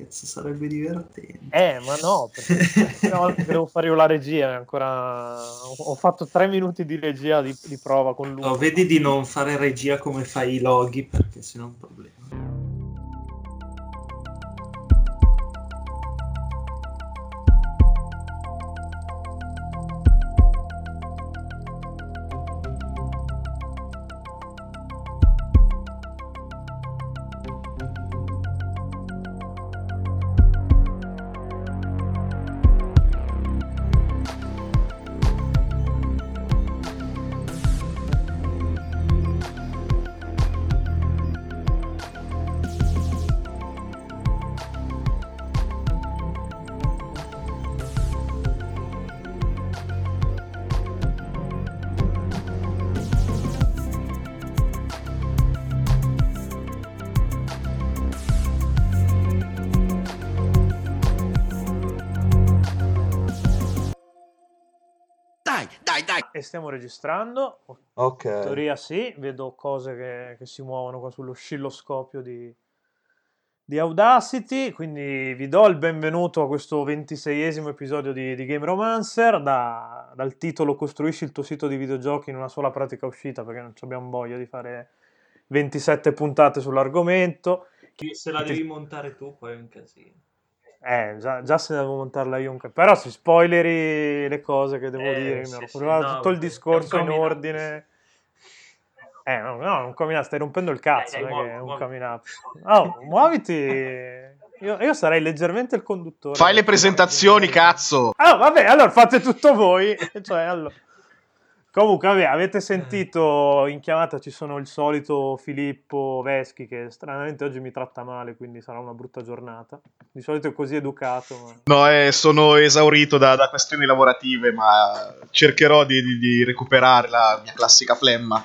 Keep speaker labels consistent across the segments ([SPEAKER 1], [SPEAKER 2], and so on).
[SPEAKER 1] Fedez, sarebbe divertente.
[SPEAKER 2] Ma no, perché la prima volta che devo fare io la regia, ho fatto 3 minuti di regia di prova con lui.
[SPEAKER 1] Vedi di non fare regia come fai i loghi, perché sennò è un problema.
[SPEAKER 3] Dai.
[SPEAKER 2] E stiamo registrando.
[SPEAKER 4] Ok.
[SPEAKER 2] In teoria sì, vedo cose che si muovono qua sull'oscilloscopio di Audacity, quindi vi do il benvenuto a questo 26esimo episodio di Game Romancer. Dal titolo "Costruisci il tuo sito di videogiochi in una sola pratica uscita", perché non abbiamo voglia di fare 27 puntate sull'argomento.
[SPEAKER 1] Se la devi montare tu poi è un casino.
[SPEAKER 2] Già se devo montarla io, però se spoileri le cose che devo dire, mi ero preparato tutto il discorso in ordine. No, non coming stai rompendo il cazzo, non è che è un coming up. Oh, muoviti! Io sarei leggermente il conduttore.
[SPEAKER 4] Fai le presentazioni, cazzo!
[SPEAKER 2] Vabbè, allora fate tutto voi. Allora. Comunque, vabbè, avete sentito, in chiamata ci sono il solito Filippo Veschi, che stranamente oggi mi tratta male, quindi sarà una brutta giornata. Di solito è così educato.
[SPEAKER 4] No, sono esaurito da questioni lavorative, ma cercherò di recuperare la mia classica flemma.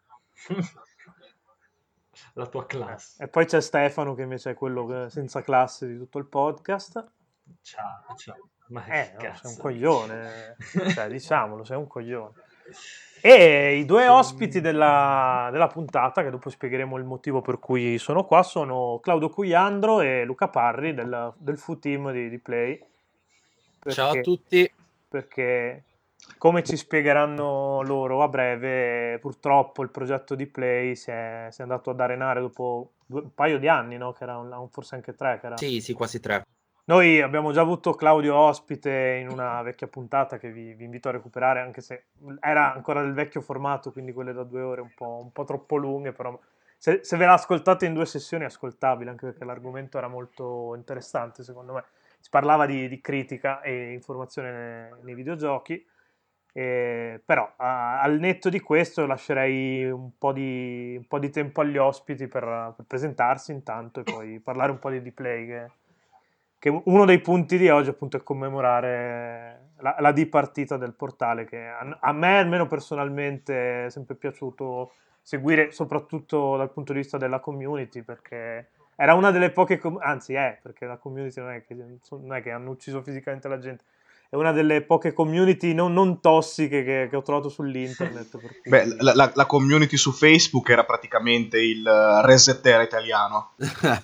[SPEAKER 1] La tua classe.
[SPEAKER 2] E poi c'è Stefano, che invece è quello senza classe di tutto il podcast.
[SPEAKER 1] Ciao. Ma
[SPEAKER 2] sei un coglione. Diciamolo, sei un coglione. E i due ospiti della puntata, che dopo spiegheremo il motivo per cui sono qua, sono Claudio Cugliandro e Luca Parri del Fu Team di Play.
[SPEAKER 3] Ciao a tutti.
[SPEAKER 2] Perché, come ci spiegheranno loro a breve, purtroppo il progetto di Play si è andato ad arenare dopo un paio di anni, no? Che era forse anche 3. Che era...
[SPEAKER 3] Sì, quasi 3.
[SPEAKER 2] Noi abbiamo già avuto Claudio ospite in una vecchia puntata che vi invito a recuperare, anche se era ancora del vecchio formato, quindi quelle da 2 ore un po' troppo lunghe, però se ve l'ascoltate in 2 sessioni è ascoltabile, anche perché l'argomento era molto interessante secondo me. Si parlava di critica e informazione nei videogiochi, però al netto di questo lascerei un po' di tempo agli ospiti per presentarsi intanto e poi parlare un po' di Play, che uno dei punti di oggi appunto è commemorare la dipartita del portale, che a me almeno personalmente è sempre piaciuto seguire, soprattutto dal punto di vista della community, perché era una delle poche, anzi perché la community non è che hanno ucciso fisicamente la gente, è una delle poche community non tossiche che ho trovato sull'internet. Per cui...
[SPEAKER 4] Beh, la community su Facebook era praticamente il resettera italiano.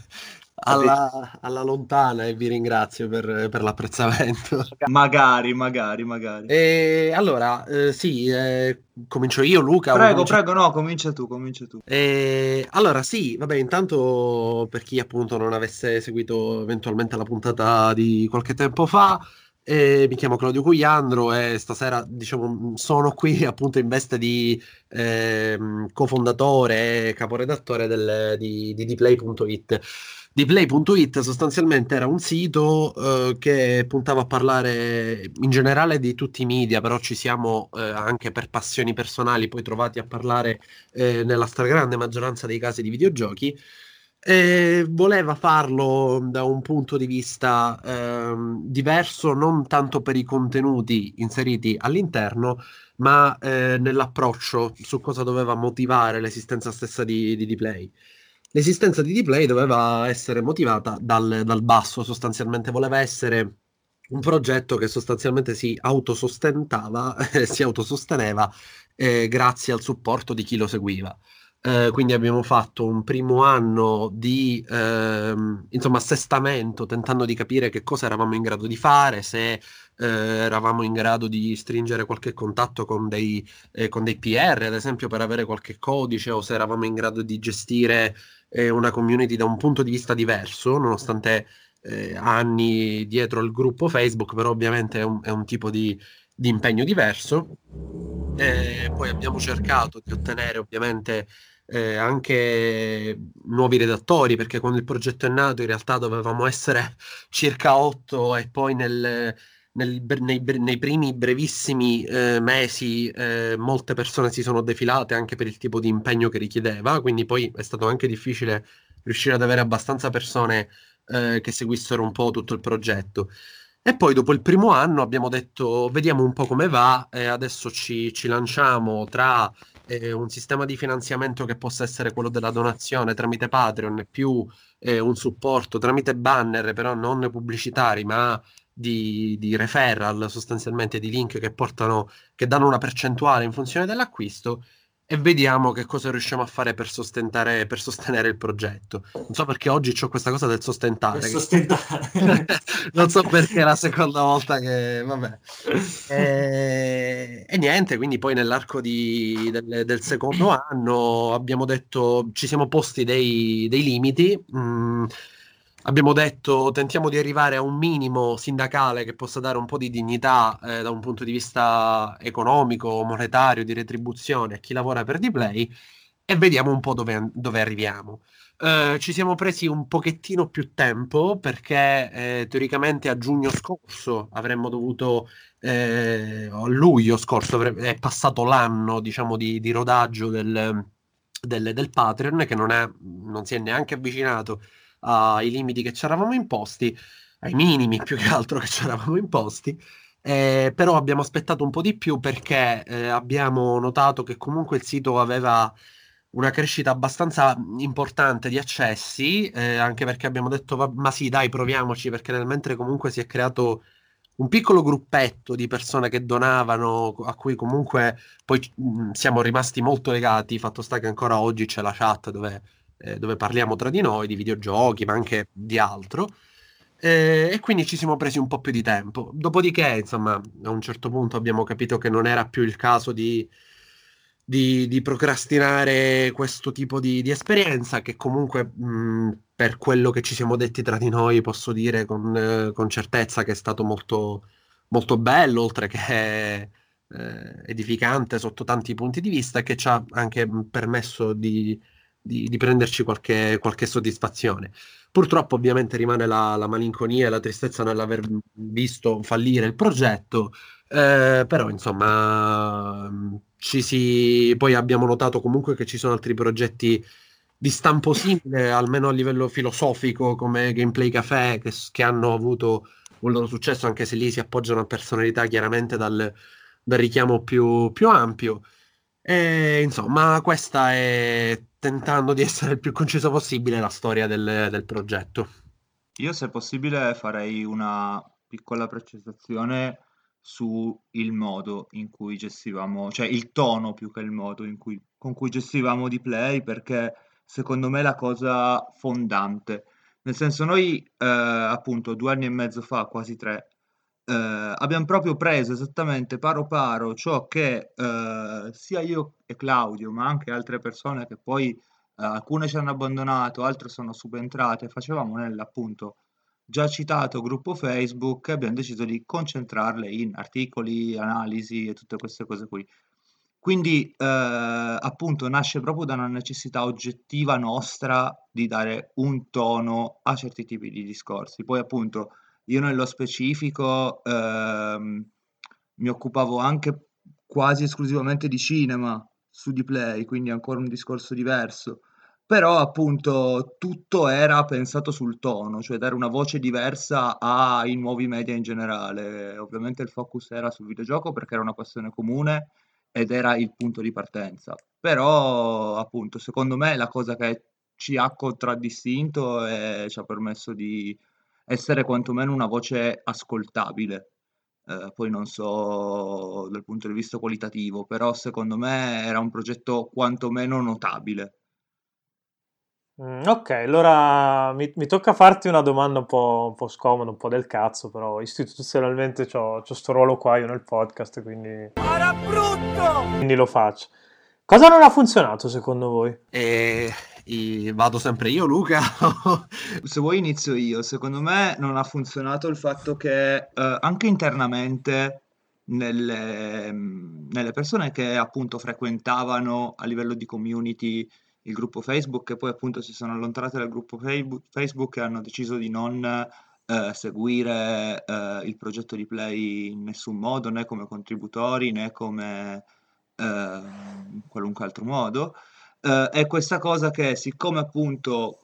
[SPEAKER 3] Alla lontana, e vi ringrazio per l'apprezzamento.
[SPEAKER 4] Magari.
[SPEAKER 3] E allora, sì, comincio io, Luca.
[SPEAKER 4] Prego, no, comincia tu.
[SPEAKER 3] Allora, sì, vabbè, intanto per chi appunto non avesse seguito eventualmente la puntata di qualche tempo fa, mi chiamo Claudio Cugliandro e stasera, diciamo, sono qui appunto in veste di cofondatore e caporedattore di dplay.it. dplay.it sostanzialmente era un sito che puntava a parlare in generale di tutti i media, però ci siamo anche per passioni personali poi trovati a parlare nella stragrande maggioranza dei casi di videogiochi. Voleva farlo da un punto di vista diverso, non tanto per i contenuti inseriti all'interno, ma nell'approccio su cosa doveva motivare l'esistenza stessa di Dplay. L'esistenza di Dplay doveva essere motivata dal basso, sostanzialmente voleva essere un progetto che sostanzialmente si autososteneva grazie al supporto di chi lo seguiva. Quindi abbiamo fatto un primo anno di insomma assestamento, tentando di capire che cosa eravamo in grado di fare, se eravamo in grado di stringere qualche contatto con dei PR, ad esempio, per avere qualche codice, o se eravamo in grado di gestire una community da un punto di vista diverso, nonostante anni dietro il gruppo Facebook, però ovviamente è un tipo di impegno diverso. Poi abbiamo cercato di ottenere ovviamente anche nuovi redattori, perché quando il progetto è nato in realtà dovevamo essere circa 8 e poi nei primi brevissimi mesi molte persone si sono defilate anche per il tipo di impegno che richiedeva, quindi poi è stato anche difficile riuscire ad avere abbastanza persone che seguissero un po' tutto il progetto. E poi dopo il primo anno abbiamo detto vediamo un po' come va e adesso ci lanciamo tra un sistema di finanziamento che possa essere quello della donazione tramite Patreon, più un supporto tramite banner, però non pubblicitari, ma di referral, sostanzialmente di link che danno una percentuale in funzione dell'acquisto. E vediamo che cosa riusciamo a fare per sostenere il progetto. Non so perché oggi c'ho questa cosa del
[SPEAKER 1] Per
[SPEAKER 3] sostentare.
[SPEAKER 1] sostentare.
[SPEAKER 3] Non so perché è la seconda volta che... Vabbè. E niente, quindi poi nell'arco del secondo anno abbiamo detto, ci siamo posti dei limiti. Abbiamo detto tentiamo di arrivare a un minimo sindacale che possa dare un po' di dignità da un punto di vista economico, monetario, di retribuzione a chi lavora per Dplay e vediamo un po' dove arriviamo. Ci siamo presi un pochettino più tempo perché teoricamente a giugno scorso avremmo dovuto, o a luglio scorso è passato l'anno, diciamo, di rodaggio del Patreon che non si è neanche avvicinato ai limiti che ci eravamo imposti, ai minimi più che altro che ci eravamo imposti. Però abbiamo aspettato un po' di più perché abbiamo notato che comunque il sito aveva una crescita abbastanza importante di accessi, anche perché abbiamo detto, ma sì, dai, proviamoci, perché nel mentre comunque si è creato un piccolo gruppetto di persone che donavano, a cui comunque poi siamo rimasti molto legati, fatto sta che ancora oggi c'è la chat dove parliamo tra di noi di videogiochi, ma anche di altro. E quindi ci siamo presi un po' più di tempo. Dopodiché, insomma, a un certo punto abbiamo capito che non era più il caso di procrastinare questo tipo di esperienza, che comunque, per quello che ci siamo detti tra di noi, posso dire con certezza che è stato molto, molto bello, oltre che edificante sotto tanti punti di vista, e che ci ha anche permesso di prenderci qualche soddisfazione. Purtroppo ovviamente rimane la malinconia e la tristezza nell'aver visto fallire il progetto, però insomma poi abbiamo notato comunque che ci sono altri progetti di stampo simile, almeno a livello filosofico, come Gameplay Café, che hanno avuto un loro successo, anche se lì si appoggiano a personalità chiaramente dal richiamo più ampio. E insomma, questa è, tentando di essere il più conciso possibile, la storia del progetto.
[SPEAKER 5] Io, se possibile, farei una piccola precisazione su il modo in cui gestivamo, cioè il tono più che il modo con cui gestivamo di play, perché secondo me è la cosa fondante. Nel senso, noi appunto 2 anni e mezzo fa, quasi 3, abbiamo proprio preso esattamente paro paro ciò che sia io e Claudio, ma anche altre persone che poi alcune ci hanno abbandonato, altre sono subentrate, facevamo nell'appunto già citato gruppo Facebook, e abbiamo deciso di concentrarle in articoli, analisi e tutte queste cose qui. Quindi appunto nasce proprio da una necessità oggettiva nostra di dare un tono a certi tipi di discorsi. Poi appunto io nello specifico mi occupavo anche quasi esclusivamente di cinema su Dplay, quindi ancora un discorso diverso. Però appunto tutto era pensato sul tono, cioè dare una voce diversa ai nuovi media in generale. Ovviamente il focus era sul videogioco perché era una passione comune ed era il punto di partenza. Però appunto secondo me la cosa che ci ha contraddistinto e ci ha permesso di essere quantomeno una voce ascoltabile poi non so dal punto di vista qualitativo, però secondo me era un progetto quantomeno notabile.
[SPEAKER 2] Ok, allora mi tocca farti una domanda un po' scomoda, un po' del cazzo, però istituzionalmente c'ho sto ruolo qua io nel podcast, quindi lo faccio. Cosa non ha funzionato secondo voi?
[SPEAKER 3] Vado sempre io, Luca.
[SPEAKER 5] Se vuoi inizio io. Secondo me non ha funzionato il fatto che anche internamente nelle persone che appunto frequentavano a livello di community il gruppo Facebook, e poi appunto si sono allontanate dal gruppo Facebook e hanno deciso di non seguire il progetto di Play in nessun modo, né come contributori né come in qualunque altro modo. È questa cosa che, siccome appunto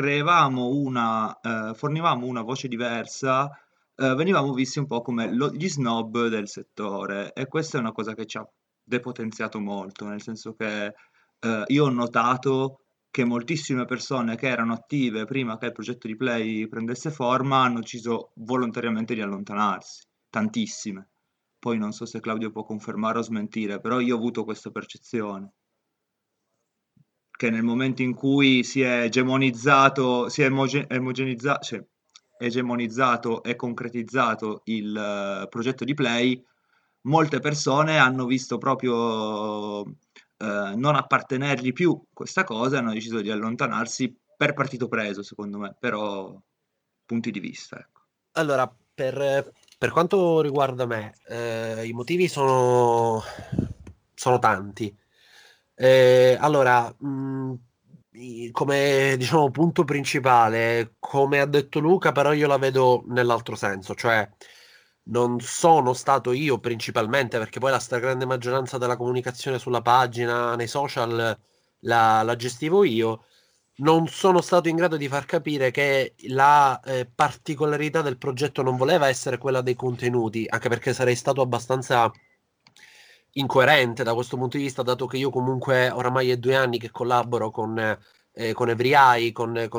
[SPEAKER 5] fornivamo una voce diversa, venivamo visti un po' come gli snob del settore, e questa è una cosa che ci ha depotenziato molto, nel senso che io ho notato che moltissime persone che erano attive prima che il progetto di Play prendesse forma hanno deciso volontariamente di allontanarsi, tantissime. Poi non so se Claudio può confermare o smentire, però io ho avuto questa percezione che nel momento in cui si è egemonizzato, cioè, egemonizzato e concretizzato il progetto di Play, molte persone hanno visto proprio non appartenergli più questa cosa e hanno deciso di allontanarsi per partito preso, secondo me, però punti di vista, ecco.
[SPEAKER 3] Allora, per quanto riguarda me, i motivi sono tanti. Allora, come diciamo punto principale, come ha detto Luca, però io la vedo nell'altro senso, cioè non sono stato io principalmente, perché poi la stragrande maggioranza della comunicazione sulla pagina, nei social, la gestivo io. Non sono stato in grado di far capire che la particolarità del progetto non voleva essere quella dei contenuti, anche perché sarei stato abbastanza incoerente da questo punto di vista, dato che io comunque oramai è 2 anni che collaboro con Every Eye,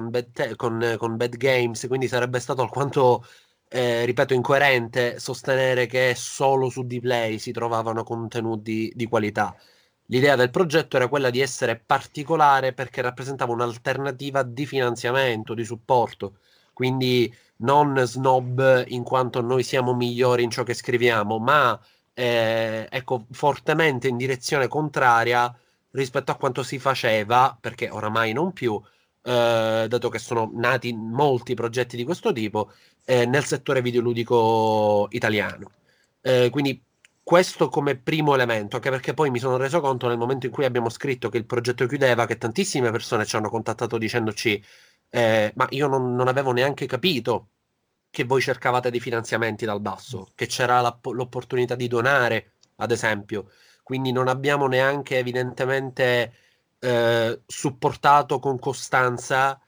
[SPEAKER 3] con Bad Games, quindi sarebbe stato alquanto, ripeto, incoerente sostenere che solo su Dplay si trovavano contenuti di qualità. L'idea del progetto era quella di essere particolare perché rappresentava un'alternativa di finanziamento, di supporto, quindi non snob in quanto noi siamo migliori in ciò che scriviamo, ma ecco, fortemente in direzione contraria rispetto a quanto si faceva, perché oramai non più, dato che sono nati molti progetti di questo tipo, nel settore videoludico italiano. Quindi questo come primo elemento, anche perché poi mi sono reso conto nel momento in cui abbiamo scritto che il progetto chiudeva, che tantissime persone ci hanno contattato dicendoci ma io non avevo neanche capito che voi cercavate dei finanziamenti dal basso, che c'era l'opportunità di donare, ad esempio. Quindi non abbiamo neanche evidentemente supportato con costanza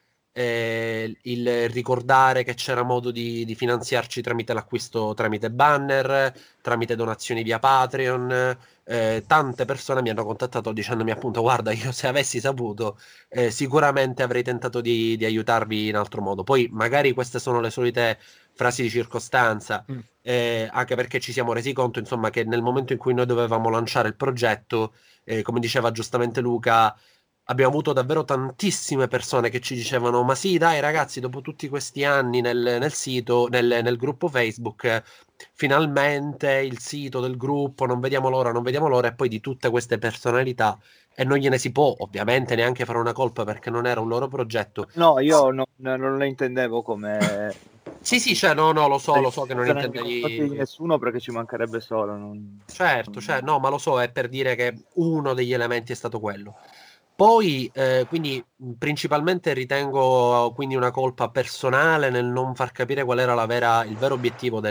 [SPEAKER 3] il ricordare che c'era modo di finanziarci tramite l'acquisto, tramite banner, tramite donazioni via Patreon. Tante persone mi hanno contattato dicendomi appunto guarda, io se avessi saputo sicuramente avrei tentato di aiutarvi in altro modo. Poi magari queste sono le solite frasi di circostanza, anche perché ci siamo resi conto, insomma, che nel momento in cui noi dovevamo lanciare il progetto, come diceva giustamente Luca, abbiamo avuto davvero tantissime persone che ci dicevano: Ma sì, dai, ragazzi, dopo tutti questi anni nel sito, nel gruppo Facebook, finalmente il sito del gruppo, non vediamo l'ora, non vediamo l'ora, e poi di tutte queste personalità. E non gliene si può ovviamente neanche fare una colpa perché non era un loro progetto.
[SPEAKER 6] No, io non la intendevo come...
[SPEAKER 3] Sì, cioè, no, lo so che non
[SPEAKER 6] nei confronti di
[SPEAKER 3] intendevi.
[SPEAKER 6] nessuno, perché ci mancherebbe solo.
[SPEAKER 3] Certo, cioè, no, ma lo so, è per dire che uno degli elementi è stato quello. Poi, quindi, principalmente ritengo quindi una colpa personale nel non far capire qual era il vero obiettivo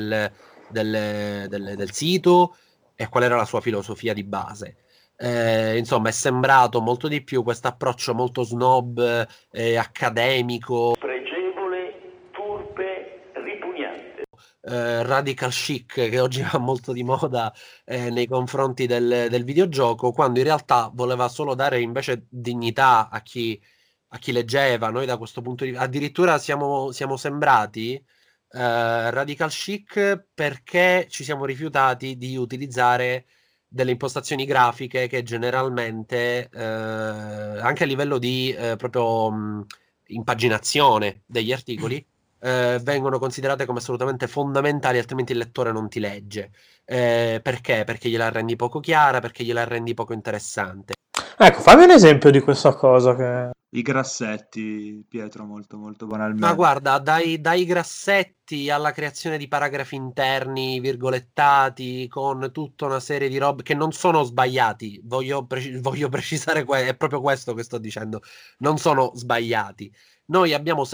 [SPEAKER 3] del sito e qual era la sua filosofia di base. Insomma, è sembrato molto di più questo approccio molto snob, accademico,
[SPEAKER 7] pregevole, turpe, ripugnante.
[SPEAKER 3] radical chic, che oggi va molto di moda nei confronti del videogioco, quando in realtà voleva solo dare invece dignità a chi leggeva. Noi da questo punto di vista addirittura siamo sembrati Radical Chic perché ci siamo rifiutati di utilizzare delle impostazioni grafiche che generalmente, anche a livello di proprio impaginazione degli articoli, vengono considerate come assolutamente fondamentali, altrimenti il lettore non ti legge. Perché? Perché gliela rendi poco chiara, perché gliela rendi poco interessante.
[SPEAKER 2] Ecco, fammi un esempio di questa cosa che...
[SPEAKER 5] I grassetti, Pietro, molto molto
[SPEAKER 3] Ma
[SPEAKER 5] banalmente.
[SPEAKER 3] guarda, dai grassetti alla creazione di paragrafi interni, virgolettati, con tutta una serie di robe che non sono sbagliati. Voglio precisare, è proprio questo che sto dicendo. Non sono sbagliati. Noi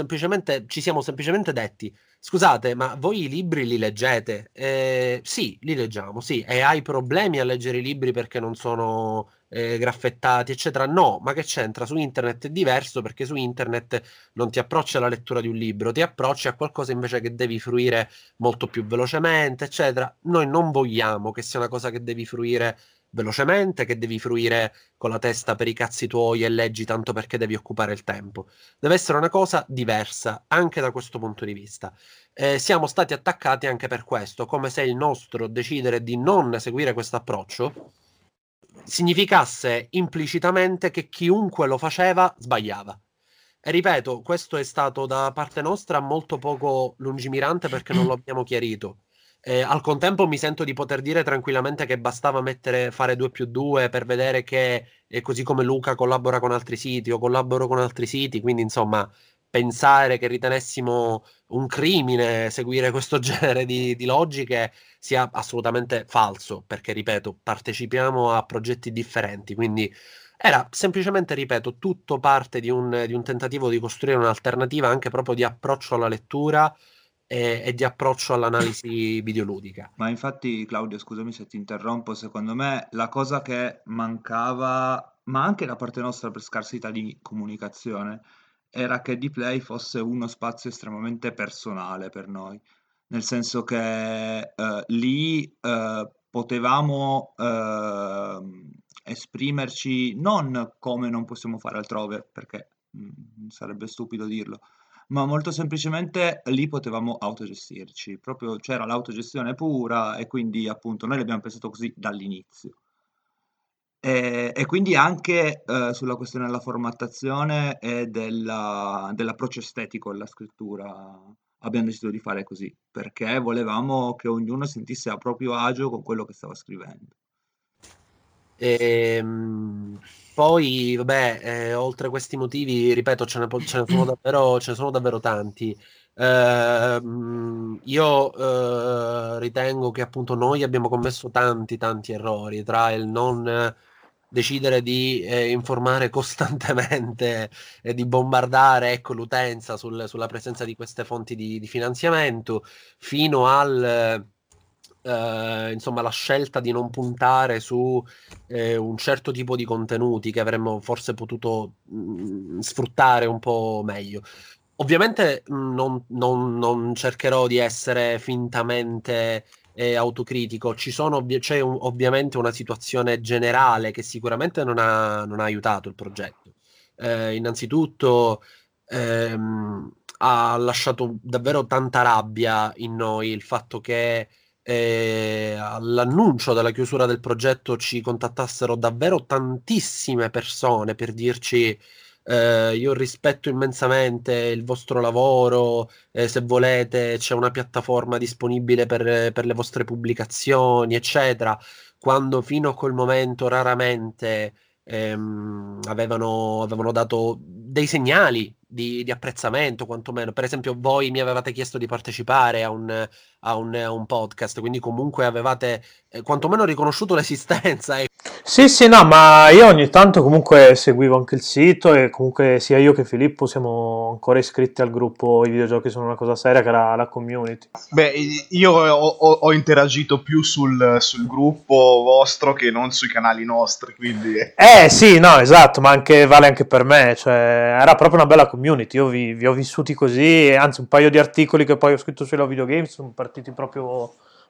[SPEAKER 3] ci siamo semplicemente detti, scusate, ma voi i libri li leggete? Sì, li leggiamo, sì. E hai problemi a leggere i libri perché non sono graffettati, eccetera? No, ma che c'entra? Su internet è diverso perché su internet non ti approcci alla lettura di un libro, ti approcci a qualcosa invece che devi fruire molto più velocemente, eccetera. Noi non vogliamo che sia una cosa che devi fruire velocemente, che devi fruire con la testa per i cazzi tuoi e leggi tanto perché devi occupare il tempo. Deve essere una cosa diversa, anche da questo punto di vista. Siamo stati attaccati anche per questo, come se il nostro decidere di non seguire questo approccio significasse implicitamente che chiunque lo faceva sbagliava. E ripeto, questo è stato da parte nostra molto poco lungimirante perché non lo abbiamo chiarito. Al contempo mi sento di poter dire tranquillamente che bastava fare 2+2 per vedere che, così come Luca collabora con altri siti o collaboro con altri siti, quindi insomma pensare che ritenessimo un crimine seguire questo genere di logiche sia assolutamente falso, perché ripeto, partecipiamo a progetti differenti, quindi era semplicemente, ripeto, tutto parte di un tentativo di costruire un'alternativa anche proprio di approccio alla lettura e di approccio all'analisi videoludica.
[SPEAKER 5] Ma infatti, Claudio, scusami se ti interrompo, secondo me la cosa che mancava, ma anche da parte nostra per scarsità di comunicazione, era che Dplay fosse uno spazio estremamente personale per noi, nel senso che lì potevamo esprimerci non come non possiamo fare altrove, perché sarebbe stupido dirlo, ma molto semplicemente lì potevamo autogestirci, proprio c'era l'autogestione pura e quindi appunto noi l'abbiamo pensato così dall'inizio. E quindi anche sulla questione della formattazione e dell'approccio estetico alla scrittura abbiamo deciso di fare così, perché volevamo che ognuno sentisse a proprio agio con quello che stava scrivendo.
[SPEAKER 3] Poi, vabbè, oltre a questi motivi, ripeto, ce ne sono davvero tanti. Io ritengo che appunto noi abbiamo commesso tanti errori tra il non decidere di informare costantemente e di bombardare, ecco, l'utenza sulla presenza di queste fonti di finanziamento, fino al insomma la scelta di non puntare su un certo tipo di contenuti che avremmo forse potuto sfruttare un po' meglio. Ovviamente non cercherò di essere fintamente autocritico. C'è ovviamente una situazione generale che sicuramente non ha aiutato il progetto. Innanzitutto ha lasciato davvero tanta rabbia in noi il fatto che all'annuncio della chiusura del progetto ci contattassero davvero tantissime persone per dirci io rispetto immensamente il vostro lavoro, se volete c'è una piattaforma disponibile per le vostre pubblicazioni, eccetera, quando fino a quel momento raramente avevano dato dei segnali di apprezzamento, quantomeno. Per esempio, voi mi avevate chiesto di partecipare a un podcast, quindi comunque avevate quantomeno riconosciuto l'esistenza.
[SPEAKER 2] Sì, no, ma io ogni tanto comunque seguivo anche il sito e comunque sia io che Filippo siamo ancora iscritti al gruppo I videogiochi sono una cosa seria, che era la community.
[SPEAKER 4] Beh, io ho interagito più sul gruppo vostro che non sui canali nostri, quindi...
[SPEAKER 2] Sì, no, esatto, ma vale anche per me, cioè era proprio una bella community, io vi ho vissuti così, anzi un paio di articoli che poi ho scritto sui Love Video Games sono partiti proprio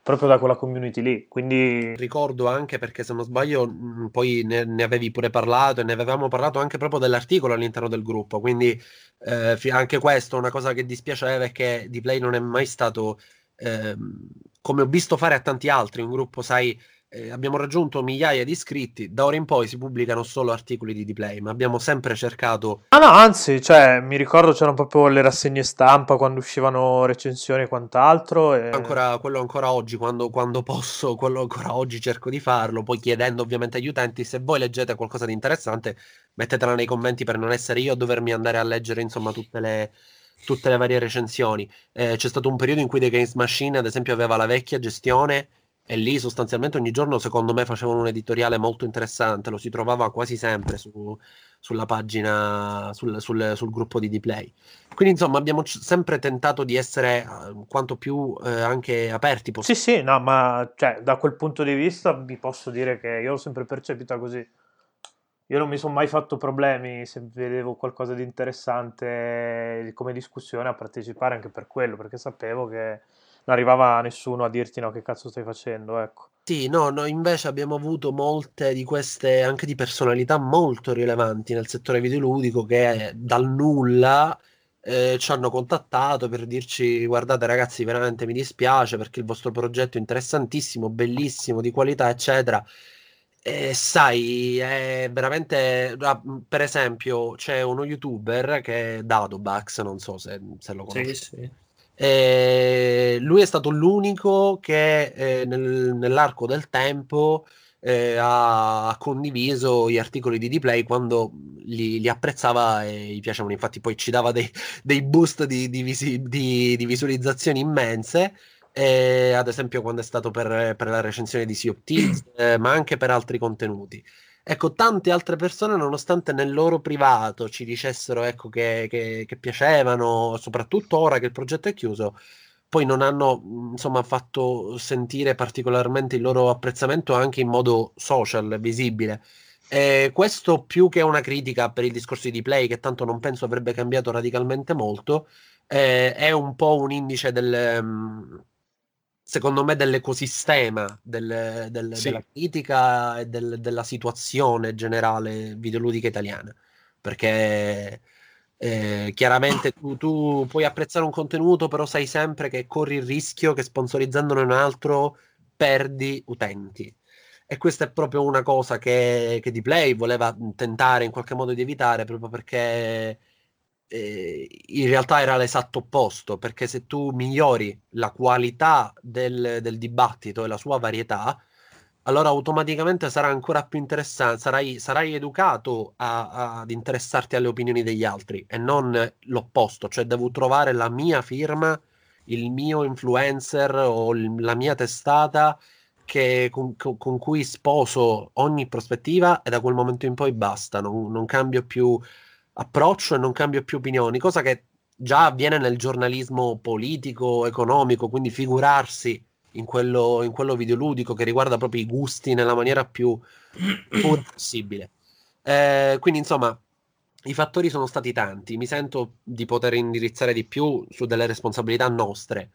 [SPEAKER 2] proprio da quella community lì, quindi
[SPEAKER 3] Ricordo anche perché, se non sbaglio, poi ne avevi pure parlato, e ne avevamo parlato anche proprio dell'articolo all'interno del gruppo, quindi anche questo, una cosa che dispiaceva è che Dplay non è mai stato, come ho visto fare a tanti altri, un gruppo, sai, abbiamo raggiunto migliaia di iscritti, da ora in poi si pubblicano solo articoli di Dplay, ma abbiamo sempre cercato.
[SPEAKER 2] ah no, anzi, cioè, mi ricordo c'erano proprio le rassegne stampa quando uscivano recensioni e quant'altro.
[SPEAKER 3] Quello ancora oggi, quando posso, quello ancora oggi cerco di farlo, poi chiedendo ovviamente agli utenti: se voi leggete qualcosa di interessante, mettetela nei commenti per non essere io a dovermi andare a leggere, insomma, tutte le varie recensioni. C'è stato un periodo in cui The Games Machine, ad esempio, aveva la vecchia gestione, e lì sostanzialmente ogni giorno, secondo me, facevano un editoriale molto interessante, lo si trovava quasi sempre sulla pagina, sul gruppo di Dplay. Quindi, insomma, abbiamo sempre tentato di essere quanto più anche aperti
[SPEAKER 2] Sì,
[SPEAKER 3] possibile.
[SPEAKER 2] sì, no, ma cioè, da quel punto di vista vi posso dire che io l'ho sempre percepita così. Io non mi sono mai fatto problemi se vedevo qualcosa di interessante come discussione a partecipare, anche per quello, perché sapevo che non arrivava nessuno a dirti no, che cazzo stai facendo, ecco.
[SPEAKER 3] Sì, no, noi invece abbiamo avuto molte di queste, anche di personalità molto rilevanti nel settore videoludico, che dal nulla ci hanno contattato per dirci: guardate ragazzi, veramente mi dispiace perché il vostro progetto è interessantissimo, bellissimo, di qualità, eccetera. E sai, è veramente... per esempio, c'è uno YouTuber che è Dadobax, non so se lo
[SPEAKER 1] Sì,
[SPEAKER 3] conosci.
[SPEAKER 1] sì.
[SPEAKER 3] Lui è stato l'unico che nell'arco del tempo ha condiviso gli articoli di Dplay quando li apprezzava e gli piacevano. Infatti, poi ci dava dei boost di visualizzazioni immense. Ad esempio, quando è stato per la recensione di Sea of Thieves, ma anche per altri contenuti. Ecco, tante altre persone, nonostante nel loro privato ci dicessero, ecco, che piacevano, soprattutto ora che il progetto è chiuso, poi non hanno, insomma, fatto sentire particolarmente il loro apprezzamento anche in modo social, visibile. E questo, più che una critica per il discorso di Play, che tanto non penso avrebbe cambiato radicalmente molto, è un po' un indice secondo me, dell'ecosistema della
[SPEAKER 4] Sì.
[SPEAKER 3] critica e della situazione generale videoludica italiana. Perché chiaramente tu puoi apprezzare un contenuto, però sai sempre che corri il rischio che, sponsorizzandone un altro, perdi utenti. E questa è proprio una cosa che Dplay voleva tentare in qualche modo di evitare, proprio perché in realtà era l'esatto opposto, perché se tu migliori la qualità del dibattito e la sua varietà, allora automaticamente sarà ancora più interessante, sarai educato ad interessarti alle opinioni degli altri, e non l'opposto, cioè devo trovare la mia firma, il mio influencer o la mia testata con cui sposo ogni prospettiva, e da quel momento in poi basta, non cambio più approccio e non cambio più opinioni, cosa che già avviene nel giornalismo politico, economico, quindi figurarsi in quello videoludico, che riguarda proprio i gusti nella maniera più pura possibile. Quindi, insomma, i fattori sono stati tanti. Mi sento di poter indirizzare di più su delle responsabilità nostre,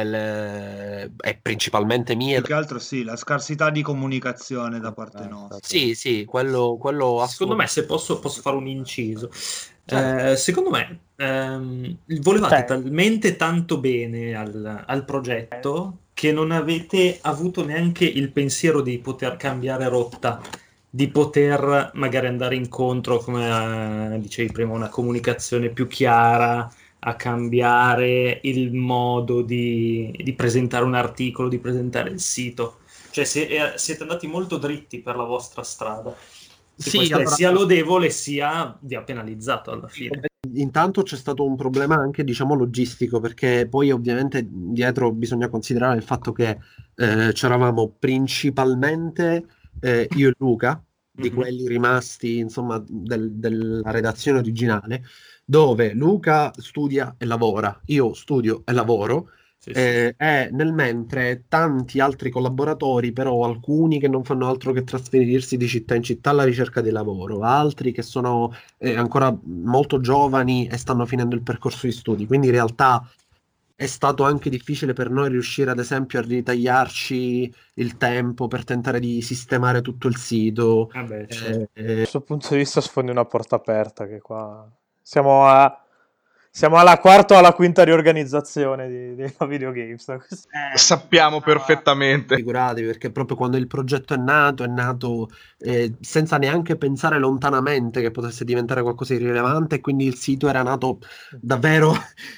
[SPEAKER 3] e principalmente mie.
[SPEAKER 5] Più che altro sì, la scarsità di comunicazione da parte nostra.
[SPEAKER 3] Sì, sì, quello
[SPEAKER 1] Secondo me,
[SPEAKER 3] assolutamente.
[SPEAKER 1] se posso fare un inciso,
[SPEAKER 3] Certo.
[SPEAKER 1] secondo me volevate
[SPEAKER 2] Cioè,
[SPEAKER 1] talmente tanto bene al progetto che non avete avuto neanche il pensiero di poter cambiare rotta, di poter magari andare incontro, come dicevi prima, una comunicazione più chiara, a cambiare il modo di presentare un articolo, di presentare il sito. Cioè, siete andati molto dritti per la vostra strada. E
[SPEAKER 3] Sì,
[SPEAKER 1] questo è
[SPEAKER 3] allora,
[SPEAKER 1] sia lodevole sia vi ha penalizzato alla fine.
[SPEAKER 3] intanto c'è stato un problema anche, diciamo, logistico, perché poi ovviamente dietro bisogna considerare il fatto che c'eravamo principalmente io e Luca, di
[SPEAKER 1] Mhm.
[SPEAKER 3] quelli rimasti, insomma, della redazione originale, dove Luca studia e lavora, io studio e lavoro.
[SPEAKER 1] Sì, sì.
[SPEAKER 3] E nel mentre tanti altri collaboratori, però alcuni che non fanno altro che trasferirsi di città in città alla ricerca di lavoro, altri che sono ancora molto giovani e stanno finendo il percorso di studi. Quindi in realtà è stato anche difficile per noi riuscire ad esempio a ritagliarci il tempo per tentare di sistemare tutto il sito.
[SPEAKER 1] Vabbè, certo.
[SPEAKER 2] Da questo punto di vista sfondi una porta aperta, che qua siamo alla quarta o alla quinta riorganizzazione di videogames.
[SPEAKER 4] Sappiamo perfettamente.
[SPEAKER 3] Figuratevi, perché proprio quando il progetto è nato senza neanche pensare lontanamente che potesse diventare qualcosa di rilevante, e quindi il sito era nato davvero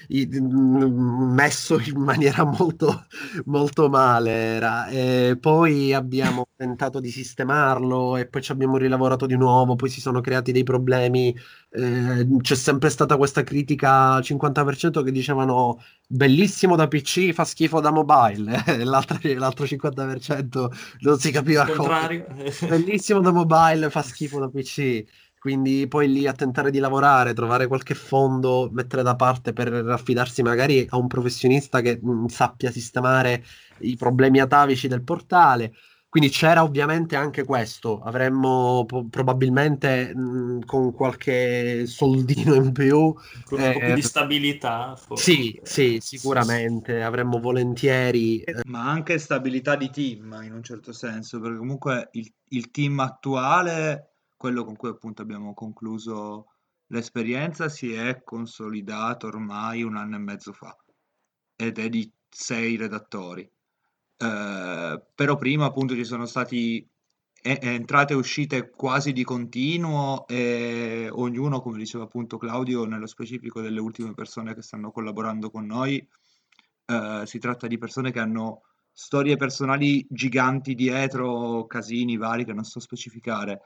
[SPEAKER 3] messo in maniera molto, molto male. Poi abbiamo tentato di sistemarlo e poi ci abbiamo rilavorato di nuovo, poi si sono creati dei problemi. C'è sempre stata questa critica al 50% che dicevano bellissimo da PC, fa schifo da mobile, l'altro 50% non si capiva
[SPEAKER 1] Il
[SPEAKER 3] come.
[SPEAKER 1] contrario.
[SPEAKER 3] Bellissimo da mobile, fa schifo da PC. Quindi poi lì a tentare di lavorare, trovare qualche fondo, mettere da parte per affidarsi magari a un professionista che sappia sistemare i problemi atavici del portale. Quindi c'era ovviamente anche questo, avremmo probabilmente con qualche soldino in più.
[SPEAKER 1] Con un po' più di stabilità,
[SPEAKER 3] Sì,
[SPEAKER 1] forse.
[SPEAKER 3] sicuramente avremmo volentieri.
[SPEAKER 5] Ma anche stabilità di team in un certo senso, perché comunque il team attuale, quello con cui appunto abbiamo concluso l'esperienza, si è consolidato ormai 1 anno e mezzo fa ed è di 6 redattori. Però prima appunto ci sono stati entrate e uscite quasi di continuo e ognuno, come diceva appunto Claudio, nello specifico delle ultime persone che stanno collaborando con noi, si tratta di persone che hanno storie personali giganti dietro, casini vari che non so specificare.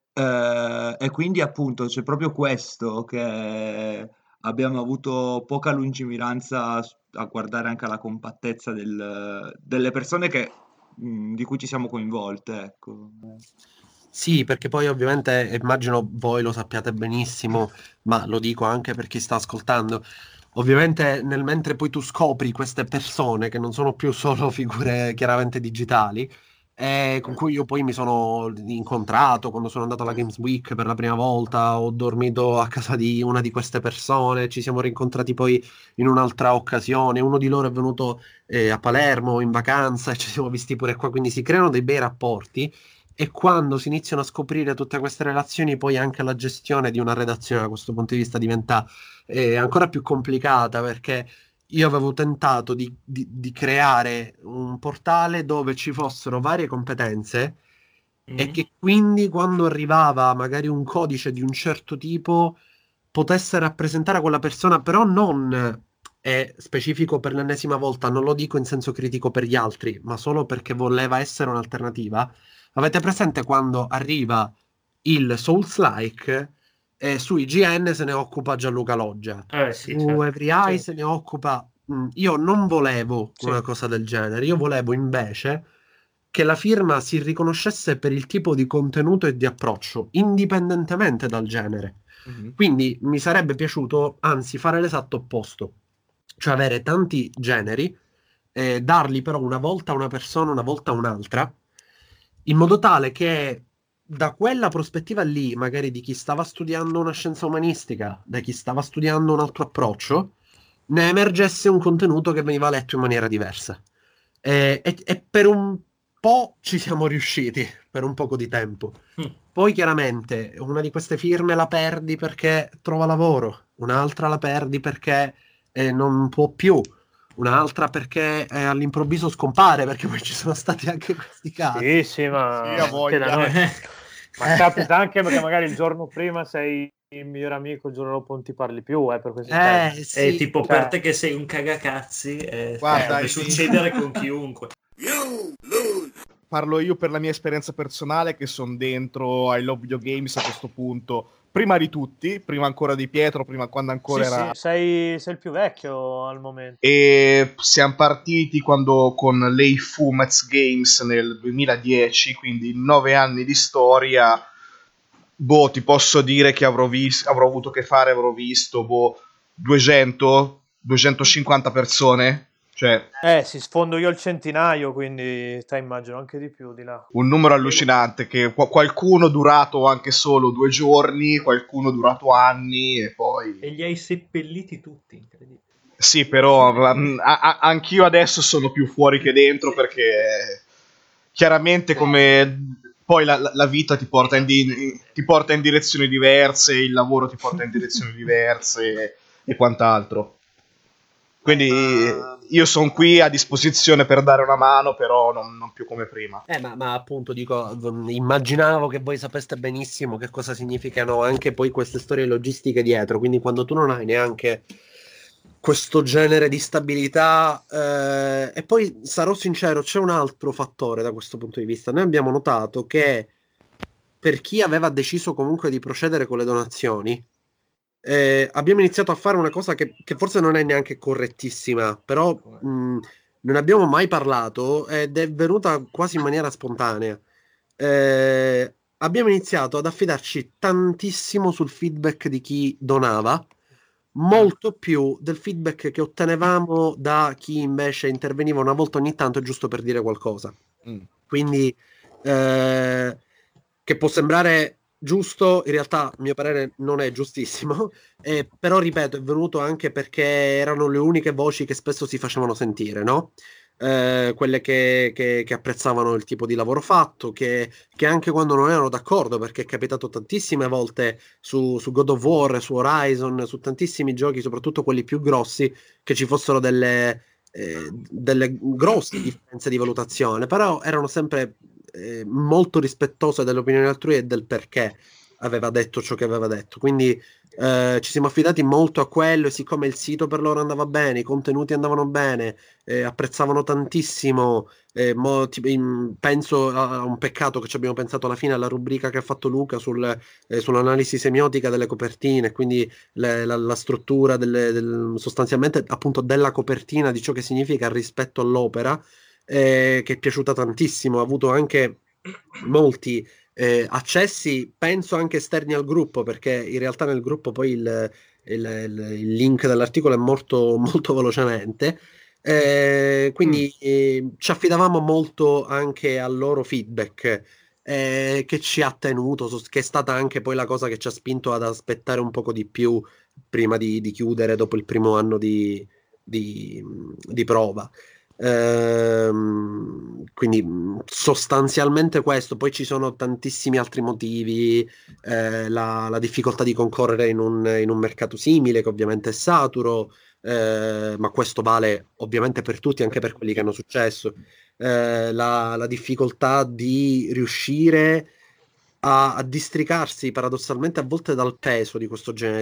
[SPEAKER 5] E quindi appunto c'è proprio questo che abbiamo avuto poca lungimiranza a guardare anche alla compattezza delle persone di cui ci siamo coinvolte, ecco.
[SPEAKER 3] Sì, perché poi ovviamente immagino voi lo sappiate benissimo, ma lo dico anche per chi sta ascoltando. Ovviamente mentre poi tu scopri queste persone che non sono più solo figure chiaramente digitali, con cui io poi mi sono incontrato quando sono andato alla Games Week per la prima volta, ho dormito a casa di una di queste persone, ci siamo rincontrati poi in un'altra occasione, uno di loro è venuto a Palermo in vacanza e ci siamo visti pure qua, quindi si creano dei bei rapporti. E quando si iniziano a scoprire tutte queste relazioni, poi anche la gestione di una redazione da questo punto di vista diventa ancora più complicata, perché io avevo tentato di creare un portale dove ci fossero varie competenze e che quindi quando arrivava magari un codice di un certo tipo potesse rappresentare quella persona, però non è specifico per l'ennesima volta, non lo dico in senso critico per gli altri, ma solo perché voleva essere un'alternativa. Avete presente quando arriva il Souls-like e su IGN se ne occupa Gianluca Loggia,
[SPEAKER 1] Sì,
[SPEAKER 3] su
[SPEAKER 1] certo.
[SPEAKER 3] Every Eye
[SPEAKER 2] Sì.
[SPEAKER 3] se ne occupa. Io non volevo
[SPEAKER 2] Sì.
[SPEAKER 3] una cosa del genere, io volevo invece che la firma si riconoscesse per il tipo di contenuto e di approccio, indipendentemente dal genere. Quindi mi sarebbe piaciuto, anzi, fare l'esatto opposto, cioè avere tanti generi, darli però una volta a una persona, una volta a un'altra, in modo tale che da quella prospettiva lì, magari di chi stava studiando una scienza umanistica, da chi stava studiando un altro approccio, ne emergesse un contenuto che veniva letto in maniera diversa. E per un po' ci siamo riusciti, per un poco di tempo. Poi chiaramente una di queste firme la perdi perché trova lavoro, un'altra la perdi perché non può più, un'altra perché all'improvviso scompare, perché poi ci sono stati anche questi casi.
[SPEAKER 2] Sì, ma
[SPEAKER 4] Sì, a
[SPEAKER 2] anche
[SPEAKER 4] voglia.
[SPEAKER 2] da noi. Ma capita anche perché magari il giorno prima sei il migliore amico, il giorno dopo non ti parli più, per questi casi.
[SPEAKER 1] È
[SPEAKER 3] Sì,
[SPEAKER 1] tipo
[SPEAKER 2] cioè-
[SPEAKER 1] per te che sei un cagacazzi,
[SPEAKER 4] Guarda,
[SPEAKER 1] può succedere con chiunque.
[SPEAKER 4] Parlo io per la mia esperienza personale, che sono dentro I Love Video Games a questo punto. Prima di tutti, prima ancora di Pietro, prima quando ancora
[SPEAKER 2] Sì,
[SPEAKER 4] era...
[SPEAKER 2] sì, sei il più vecchio al momento.
[SPEAKER 4] E siamo partiti quando con l'Eifu Metz Games nel 2010, quindi 9 anni di storia. Boh, ti posso dire che avrò avuto che fare, avrò visto 200, 250 persone, cioè
[SPEAKER 2] Si sfondo io il centinaio, quindi te immagino anche di più di là.
[SPEAKER 4] un numero allucinante, che qualcuno durato anche solo 2 giorni, qualcuno durato anni e poi...
[SPEAKER 1] E li hai seppelliti tutti, incredibile.
[SPEAKER 4] Sì, però anch'io adesso sono più fuori che dentro, perché chiaramente come poi la vita ti porta ti porta in direzioni diverse, il lavoro ti porta in direzioni diverse e quant'altro. Quindi io sono qui a disposizione per dare una mano, però non più come prima.
[SPEAKER 3] Ma appunto dico, immaginavo che voi sapeste benissimo che cosa significano anche poi queste storie logistiche dietro, quindi quando tu non hai neanche questo genere di stabilità, e poi sarò sincero, c'è un altro fattore da questo punto di vista. Noi abbiamo notato che per chi aveva deciso comunque di procedere con le donazioni, abbiamo iniziato a fare una cosa che forse non è neanche correttissima, però non abbiamo mai parlato ed è venuta quasi in maniera spontanea. Abbiamo iniziato ad affidarci tantissimo sul feedback di chi donava, molto più del feedback che ottenevamo da chi invece interveniva una volta ogni tanto giusto per dire qualcosa. Quindi, che può sembrare giusto, in realtà, a mio parere, non è giustissimo. Però, ripeto, è venuto anche perché erano le uniche voci che spesso si facevano sentire, no? Quelle che apprezzavano il tipo di lavoro fatto, che anche quando non erano d'accordo, perché è capitato tantissime volte su God of War, su Horizon, su tantissimi giochi, soprattutto quelli più grossi, che ci fossero delle grosse differenze di valutazione, però erano sempre molto rispettose dell'opinione altrui e del perché aveva detto ciò che aveva detto. Quindi ci siamo affidati molto a quello, e siccome il sito per loro andava bene, i contenuti andavano bene, apprezzavano tantissimo. Penso a un peccato che ci abbiamo pensato alla fine alla rubrica che ha fatto Luca sull'analisi semiotica delle copertine, quindi la struttura sostanzialmente appunto della copertina, di ciò che significa rispetto all'opera, che è piaciuta tantissimo, ha avuto anche molti accessi, penso anche esterni al gruppo, perché in realtà nel gruppo poi il link dell'articolo è morto molto velocemente. Quindi ci affidavamo molto anche al loro feedback, che ci ha tenuto, che è stata anche poi la cosa che ci ha spinto ad aspettare un poco di più prima di chiudere dopo il primo anno di prova. Quindi sostanzialmente questo, poi ci sono tantissimi altri motivi, la difficoltà di concorrere in un mercato simile che ovviamente è saturo, ma questo vale ovviamente per tutti, anche per quelli che hanno successo. La difficoltà di riuscire a districarsi paradossalmente a volte dal peso di questo genere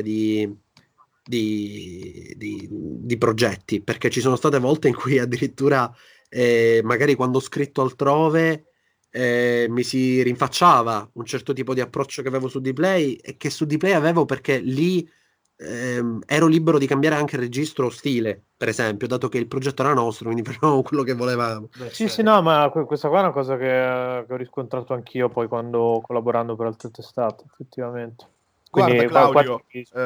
[SPEAKER 3] di progetti, perché ci sono state volte in cui addirittura magari quando ho scritto altrove mi si rinfacciava un certo tipo di approccio che avevo su Dplay e che su Dplay avevo perché lì ero libero di cambiare anche registro o stile, per esempio, dato che il progetto era nostro, quindi facevamo quello che volevamo.
[SPEAKER 2] Sì, no, ma questa qua è una cosa che ho riscontrato anch'io poi quando collaborando per altre testate, effettivamente.
[SPEAKER 4] Guarda,
[SPEAKER 2] Quindi,
[SPEAKER 4] Claudio,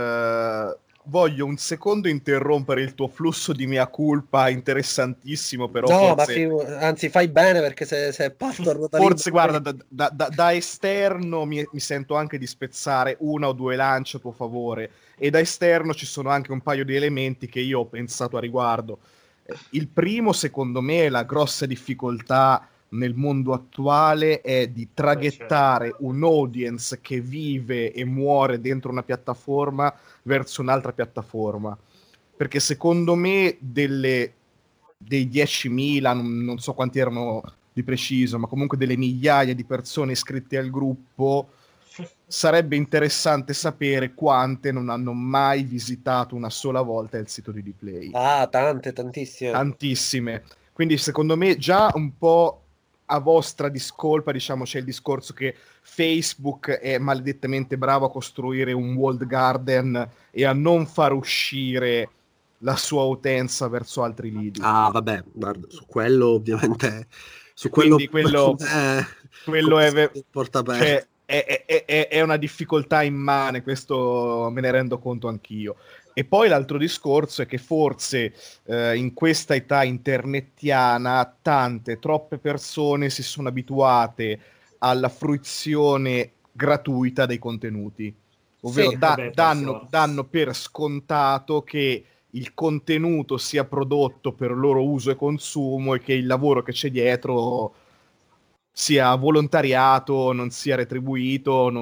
[SPEAKER 4] voglio un secondo interrompere il tuo flusso di mea culpa interessantissimo, però
[SPEAKER 3] No,
[SPEAKER 4] forse...
[SPEAKER 3] anzi, fai bene perché se parto a ruota
[SPEAKER 4] Forse,
[SPEAKER 3] libera...
[SPEAKER 4] guarda, da esterno mi sento anche di spezzare una o due lance a tuo favore, e da esterno ci sono anche un paio di elementi che io ho pensato a riguardo. Il primo, secondo me, la grossa difficoltà nel mondo attuale è di traghettare un audience che vive e muore dentro una piattaforma verso un'altra piattaforma. Perché secondo me dei 10.000, non so quanti erano di preciso, ma comunque delle migliaia di persone iscritte al gruppo, sarebbe interessante sapere quante non hanno mai visitato una sola volta il sito di Dplay.
[SPEAKER 3] Ah, tantissime.
[SPEAKER 4] Tantissime. Quindi secondo me già un po' a vostra discolpa, diciamo, c'è il discorso che Facebook è maledettamente bravo a costruire un walled garden e a non far uscire la sua utenza verso altri lidi.
[SPEAKER 3] Ah, vabbè, guarda, su quello ovviamente... Su
[SPEAKER 4] Quindi
[SPEAKER 3] quello
[SPEAKER 4] quello è,
[SPEAKER 3] cioè,
[SPEAKER 4] è una difficoltà immane, questo me ne rendo conto anch'io. E poi l'altro discorso è che forse in questa età internettiana troppe persone si sono abituate alla fruizione gratuita dei contenuti, ovvero
[SPEAKER 1] Sì, vabbè,
[SPEAKER 4] danno per scontato che il contenuto sia prodotto per loro uso e consumo e che il lavoro che c'è dietro sia volontariato, non sia retribuito,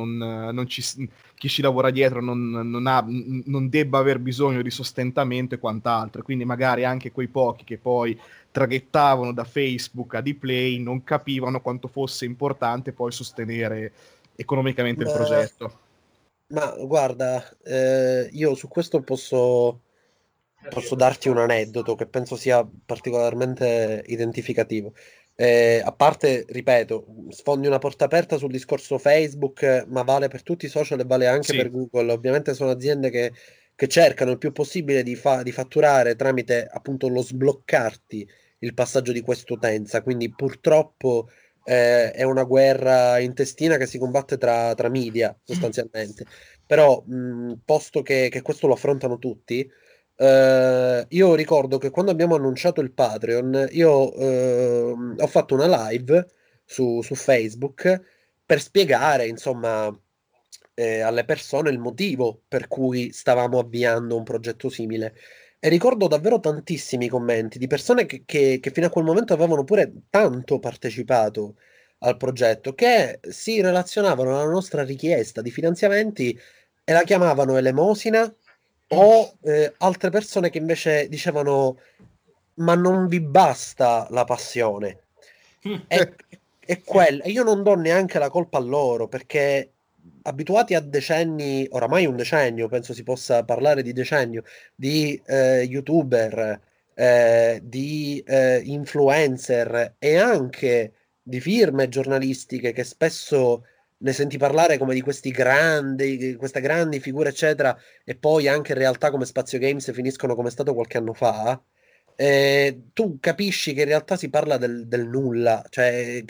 [SPEAKER 4] chi ci lavora dietro non debba aver bisogno di sostentamento e quant'altro. Quindi magari anche quei pochi che poi traghettavano da Facebook a Dplay non capivano quanto fosse importante poi sostenere economicamente il progetto.
[SPEAKER 3] Ma guarda, io su questo posso darti un aneddoto che penso sia particolarmente identificativo. A parte, ripeto, sfondi una porta aperta sul discorso Facebook, ma vale per tutti i social e vale anche per
[SPEAKER 4] Sì.
[SPEAKER 3] Google. Ovviamente sono aziende che cercano il più possibile di fatturare tramite appunto lo sbloccarti il passaggio di quest'utenza. Quindi purtroppo è una guerra intestina che si combatte tra media, sostanzialmente. Però, posto che questo lo affrontano tutti, io ricordo che quando abbiamo annunciato il Patreon, io ho fatto una live su Facebook per spiegare, insomma, alle persone il motivo per cui stavamo avviando un progetto simile. E ricordo davvero tantissimi commenti di persone che fino a quel momento avevano pure tanto partecipato al progetto, che si relazionavano alla nostra richiesta di finanziamenti e la chiamavano elemosina o altre persone che invece dicevano ma non vi basta la passione. E, e quella, e io non do neanche la colpa a loro perché abituati a decenni, oramai un decennio, penso si possa parlare di decennio, di YouTuber, di influencer e anche di firme giornalistiche che spesso ne senti parlare come di queste grandi figure, eccetera, e poi anche in realtà come Spazio Games finiscono come è stato qualche anno fa. Tu capisci che in realtà si parla del nulla, cioè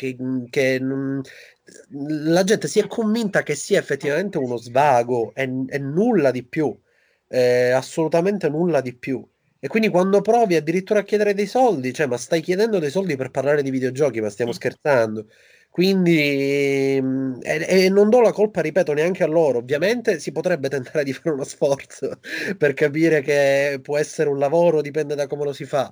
[SPEAKER 3] la gente si è convinta che sia effettivamente uno svago e nulla di più, assolutamente nulla di più. E quindi quando provi addirittura a chiedere dei soldi, cioè, ma stai chiedendo dei soldi per parlare di videogiochi, ma stiamo scherzando. Quindi, e non do la colpa, ripeto, neanche a loro. Ovviamente si potrebbe tentare di fare uno sforzo per capire che può essere un lavoro, dipende da come lo si fa.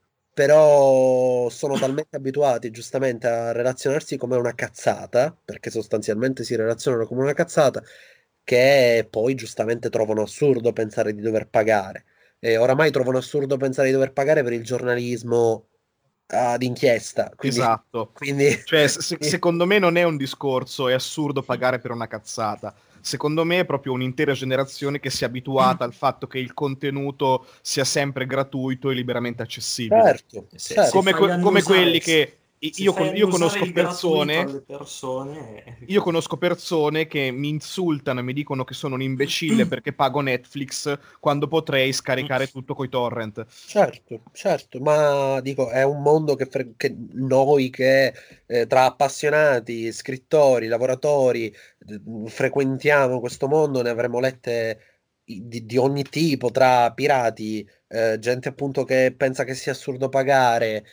[SPEAKER 3] Però sono talmente abituati, giustamente, a relazionarsi come una cazzata, perché sostanzialmente si relazionano come una cazzata, che poi giustamente trovano assurdo pensare di dover pagare. E oramai trovano assurdo pensare di dover pagare per il giornalismo d'inchiesta. Quindi,
[SPEAKER 4] Esatto.
[SPEAKER 3] quindi,
[SPEAKER 4] Cioè, secondo me non è un discorso, è assurdo pagare per una cazzata. Secondo me è proprio un'intera generazione che si è abituata al fatto che il contenuto sia sempre gratuito e liberamente accessibile.
[SPEAKER 3] certo, certo.
[SPEAKER 4] Come quelli che io
[SPEAKER 1] io
[SPEAKER 4] conosco
[SPEAKER 1] il gratuito
[SPEAKER 4] persone.
[SPEAKER 1] alle persone.
[SPEAKER 4] Io conosco persone che mi insultano e mi dicono che sono un imbecille perché pago Netflix quando potrei scaricare tutto coi torrent.
[SPEAKER 3] Certo, certo, ma dico, è un mondo che noi che tra appassionati, scrittori, lavoratori frequentiamo questo mondo, ne avremo lette di ogni tipo, tra pirati, gente appunto che pensa che sia assurdo pagare,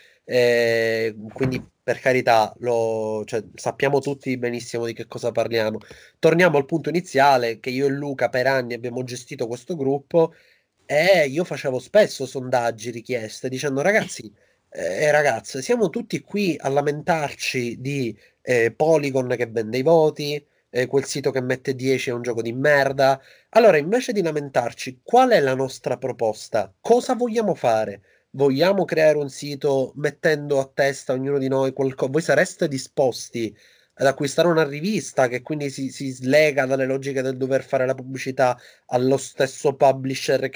[SPEAKER 3] quindi per carità, cioè, sappiamo tutti benissimo di che cosa parliamo. Torniamo al punto iniziale, che io e Luca per anni abbiamo gestito questo gruppo. Io facevo spesso sondaggi, richieste, dicendo ragazzi e ragazze, siamo tutti qui a lamentarci di Polygon che vende i voti, quel sito che mette 10 è un gioco di merda. Allora, invece di lamentarci, qual è la nostra proposta? Cosa vogliamo fare? Vogliamo creare un sito mettendo a testa ognuno di noi qualcosa? Voi sareste disposti ad acquistare una rivista che quindi si slega dalle logiche del dover fare la pubblicità allo stesso publisher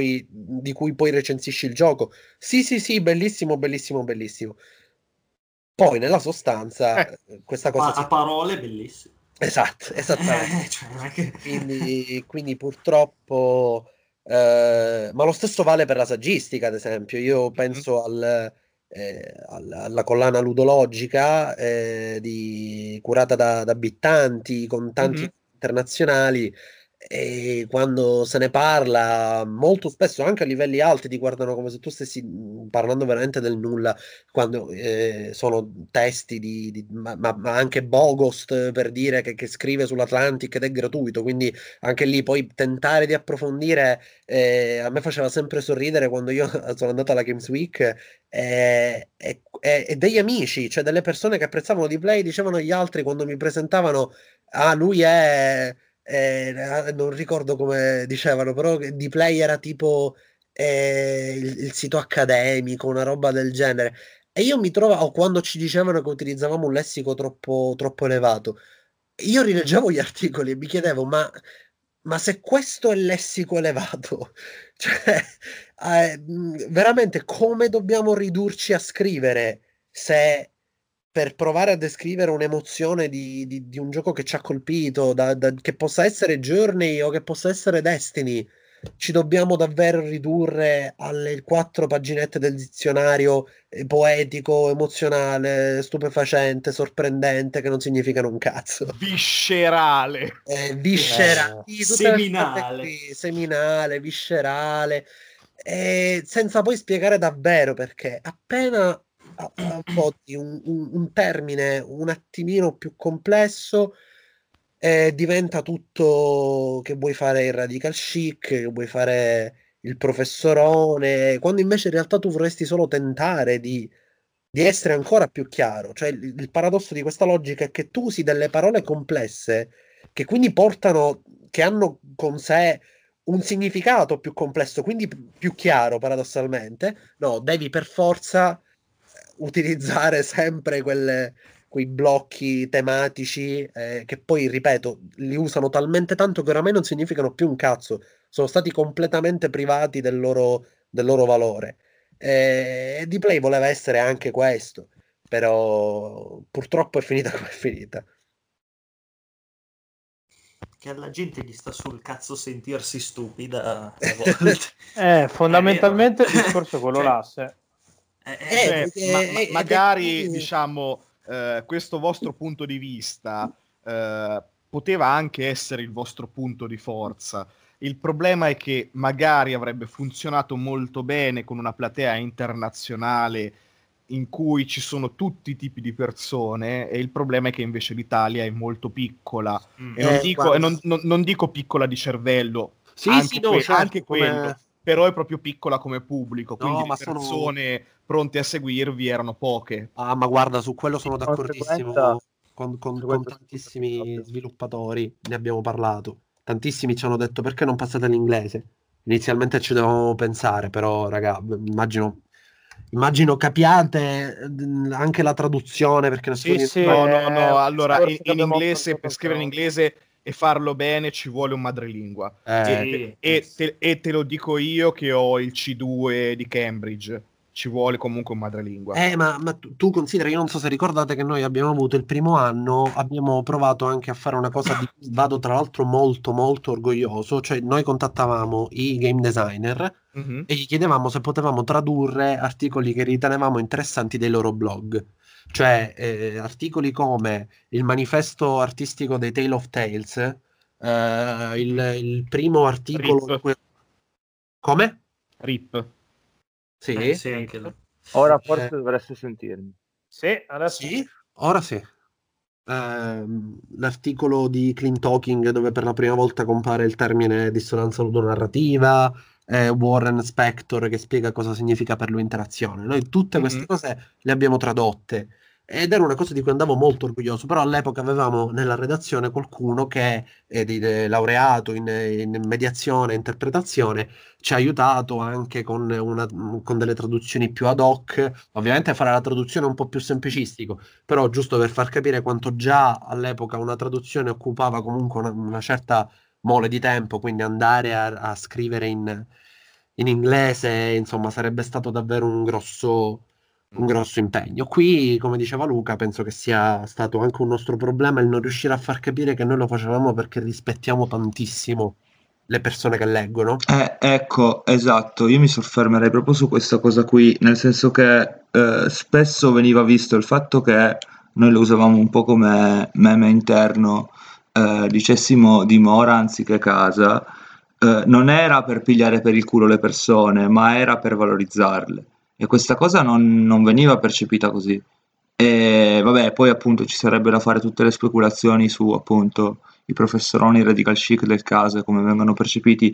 [SPEAKER 3] di cui poi recensisci il gioco? Sì, sì, sì, bellissimo, bellissimo, bellissimo. Poi nella sostanza
[SPEAKER 4] Eh,
[SPEAKER 3] questa cosa
[SPEAKER 1] A
[SPEAKER 3] si...
[SPEAKER 1] parole bellissime.
[SPEAKER 3] Esatto, esattamente.
[SPEAKER 1] Cioè, non è che-
[SPEAKER 3] Quindi purtroppo, ma lo stesso vale per la saggistica, ad esempio. Io
[SPEAKER 4] mhm,
[SPEAKER 3] penso alla collana ludologica curata da Bittanti con tanti
[SPEAKER 4] mhm.
[SPEAKER 3] internazionali. e quando se ne parla molto spesso anche a livelli alti ti guardano come se tu stessi parlando veramente del nulla, quando sono testi ma anche Bogost per dire che scrive sull'Atlantic ed è gratuito, quindi anche lì poi tentare di approfondire, a me faceva sempre sorridere quando io sono andato alla Games Week, e degli amici, cioè delle persone che apprezzavano di Play, dicevano agli altri quando mi presentavano, ah, lui è non ricordo come dicevano, però di Play era tipo il sito accademico, una roba del genere. E io mi trovavo, o quando ci dicevano che utilizzavamo un lessico troppo elevato, io rileggevo gli articoli e mi chiedevo, ma se questo è il lessico elevato, cioè, veramente come dobbiamo ridurci a scrivere se per provare a descrivere un'emozione di un gioco che ci ha colpito, che possa essere Journey o che possa essere Destiny, ci dobbiamo davvero ridurre alle 4 paginette del dizionario poetico, emozionale, stupefacente, sorprendente, che non significano un cazzo.
[SPEAKER 8] Viscerale.
[SPEAKER 3] Viscerale, sì, tutte le cose
[SPEAKER 1] Seminale.
[SPEAKER 3] qui, seminale, viscerale, senza poi spiegare davvero perché appena apporti un termine un attimino più complesso, diventa tutto che vuoi fare il radical chic, che vuoi fare il professorone, quando invece in realtà tu vorresti solo tentare di essere ancora più chiaro. Cioè il paradosso di questa logica è che tu usi delle parole complesse che quindi che hanno con sé un significato più complesso, quindi più chiaro paradossalmente. No, devi per forza utilizzare sempre quei blocchi tematici, che poi, ripeto, li usano talmente tanto che oramai non significano più un cazzo, sono stati completamente privati del loro valore. E di Play voleva essere anche questo, però purtroppo è finita come è finita.
[SPEAKER 1] Che alla gente gli sta sul cazzo sentirsi stupida a volte.
[SPEAKER 2] Fondamentalmente il
[SPEAKER 1] È vero.
[SPEAKER 2] discorso è quello
[SPEAKER 1] Cioè,
[SPEAKER 2] là. Se...
[SPEAKER 8] Cioè,
[SPEAKER 3] Ed è
[SPEAKER 8] magari,
[SPEAKER 3] qui-
[SPEAKER 8] diciamo, questo vostro punto di vista poteva anche essere il vostro punto di forza. Il problema è che magari avrebbe funzionato molto bene con una platea internazionale in cui ci sono tutti i tipi di persone, e il problema è che invece l'Italia è molto piccola. E non dico,
[SPEAKER 3] guarda.
[SPEAKER 8] non dico piccola di cervello,
[SPEAKER 3] Sì, sì, no, certo,
[SPEAKER 8] anche quello,
[SPEAKER 3] come...
[SPEAKER 8] però è proprio piccola come pubblico, quindi
[SPEAKER 3] No,
[SPEAKER 8] le
[SPEAKER 3] ma
[SPEAKER 8] persone pronte a seguirvi erano poche.
[SPEAKER 3] Ah, ma guarda, su quello sono
[SPEAKER 6] Di conseguenza,
[SPEAKER 3] d'accordissimo con
[SPEAKER 6] conseguenza scusami,
[SPEAKER 3] tantissimi
[SPEAKER 6] Fabio.
[SPEAKER 3] sviluppatori, ne abbiamo parlato. Tantissimi ci hanno detto perché non passate all'inglese. Inizialmente ci dovevamo pensare, però, raga, immagino capiate anche la traduzione, perché
[SPEAKER 2] Sì,
[SPEAKER 3] nessuno...
[SPEAKER 2] sì,
[SPEAKER 8] No,
[SPEAKER 2] è
[SPEAKER 8] no,
[SPEAKER 2] un
[SPEAKER 8] allora
[SPEAKER 2] discorso che
[SPEAKER 8] in
[SPEAKER 2] abbiamo
[SPEAKER 8] inglese,
[SPEAKER 2] affrontato
[SPEAKER 8] per
[SPEAKER 2] altre
[SPEAKER 8] scrivere in
[SPEAKER 2] volte.
[SPEAKER 8] inglese e farlo bene ci vuole un madrelingua.
[SPEAKER 3] eh,
[SPEAKER 8] E te lo dico io che ho il C2 di Cambridge, ci vuole comunque un madrelingua.
[SPEAKER 3] ma tu considera, io non so se ricordate che noi abbiamo avuto il primo anno, abbiamo provato anche a fare una cosa di cui vado tra l'altro molto molto orgoglioso, cioè noi contattavamo i game designer
[SPEAKER 8] Mhm.
[SPEAKER 3] e gli chiedevamo se potevamo tradurre articoli che ritenevamo interessanti dei loro blog, cioè articoli come il manifesto artistico dei Tale of Tales, il primo articolo in
[SPEAKER 8] RIP,
[SPEAKER 3] cui... Come?
[SPEAKER 8] RIP.
[SPEAKER 3] Sì?
[SPEAKER 1] sì, anche là.
[SPEAKER 6] Ora
[SPEAKER 3] Eh,
[SPEAKER 6] forse dovreste sentirmi.
[SPEAKER 2] Sì, adesso sì.
[SPEAKER 3] sì? Ora sì. L'articolo di Clean Talking dove per la prima volta compare il termine dissonanza ludonarrativa, Warren Spector che spiega cosa significa per lui interazione. Noi tutte queste
[SPEAKER 8] Mhm.
[SPEAKER 3] cose le abbiamo tradotte ed era una cosa di cui andavo molto orgoglioso, però all'epoca avevamo nella redazione qualcuno che è laureato in mediazione e interpretazione, ci ha aiutato anche con delle traduzioni più ad hoc, ovviamente a fare la traduzione un po' più semplicistico, però giusto per far capire quanto già all'epoca una traduzione occupava comunque una certa mole di tempo, quindi andare a scrivere in inglese, insomma, sarebbe stato davvero un grosso impegno. Qui, come diceva Luca, penso che sia stato anche un nostro problema il non riuscire a far capire che noi lo facevamo perché rispettiamo tantissimo le persone che leggono.
[SPEAKER 5] Ecco, esatto, io mi soffermerei proprio su questa cosa qui, nel senso che spesso veniva visto il fatto che noi lo usavamo un po' come meme interno, dicessimo dimora anziché casa, non era per pigliare per il culo le persone, ma era per valorizzarle. E questa cosa non veniva percepita così. E vabbè, poi appunto ci sarebbe da fare tutte le speculazioni su appunto i professoroni radical chic del caso e come vengono percepiti,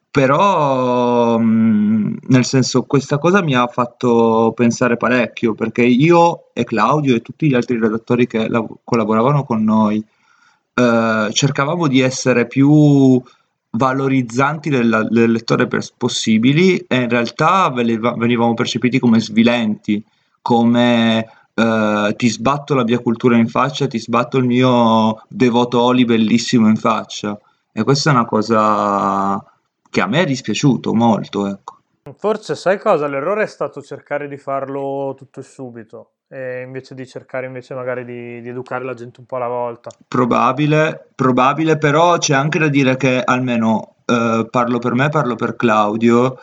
[SPEAKER 5] però nel senso questa cosa mi ha fatto pensare parecchio perché io e Claudio e tutti gli altri redattori che collaboravano con noi cercavamo di essere più valorizzanti del lettore possibili e in realtà venivamo percepiti come svilenti, come ti sbatto la mia cultura in faccia, ti sbatto il mio devoto Oli bellissimo in faccia. E questa è una cosa che a me è dispiaciuto molto, ecco.
[SPEAKER 2] Forse sai cosa? L'errore è stato cercare di farlo tutto e subito, e invece di cercare invece magari di educare la gente un po' alla volta.
[SPEAKER 5] Probabile, però c'è anche da dire che almeno parlo per me, parlo per Claudio,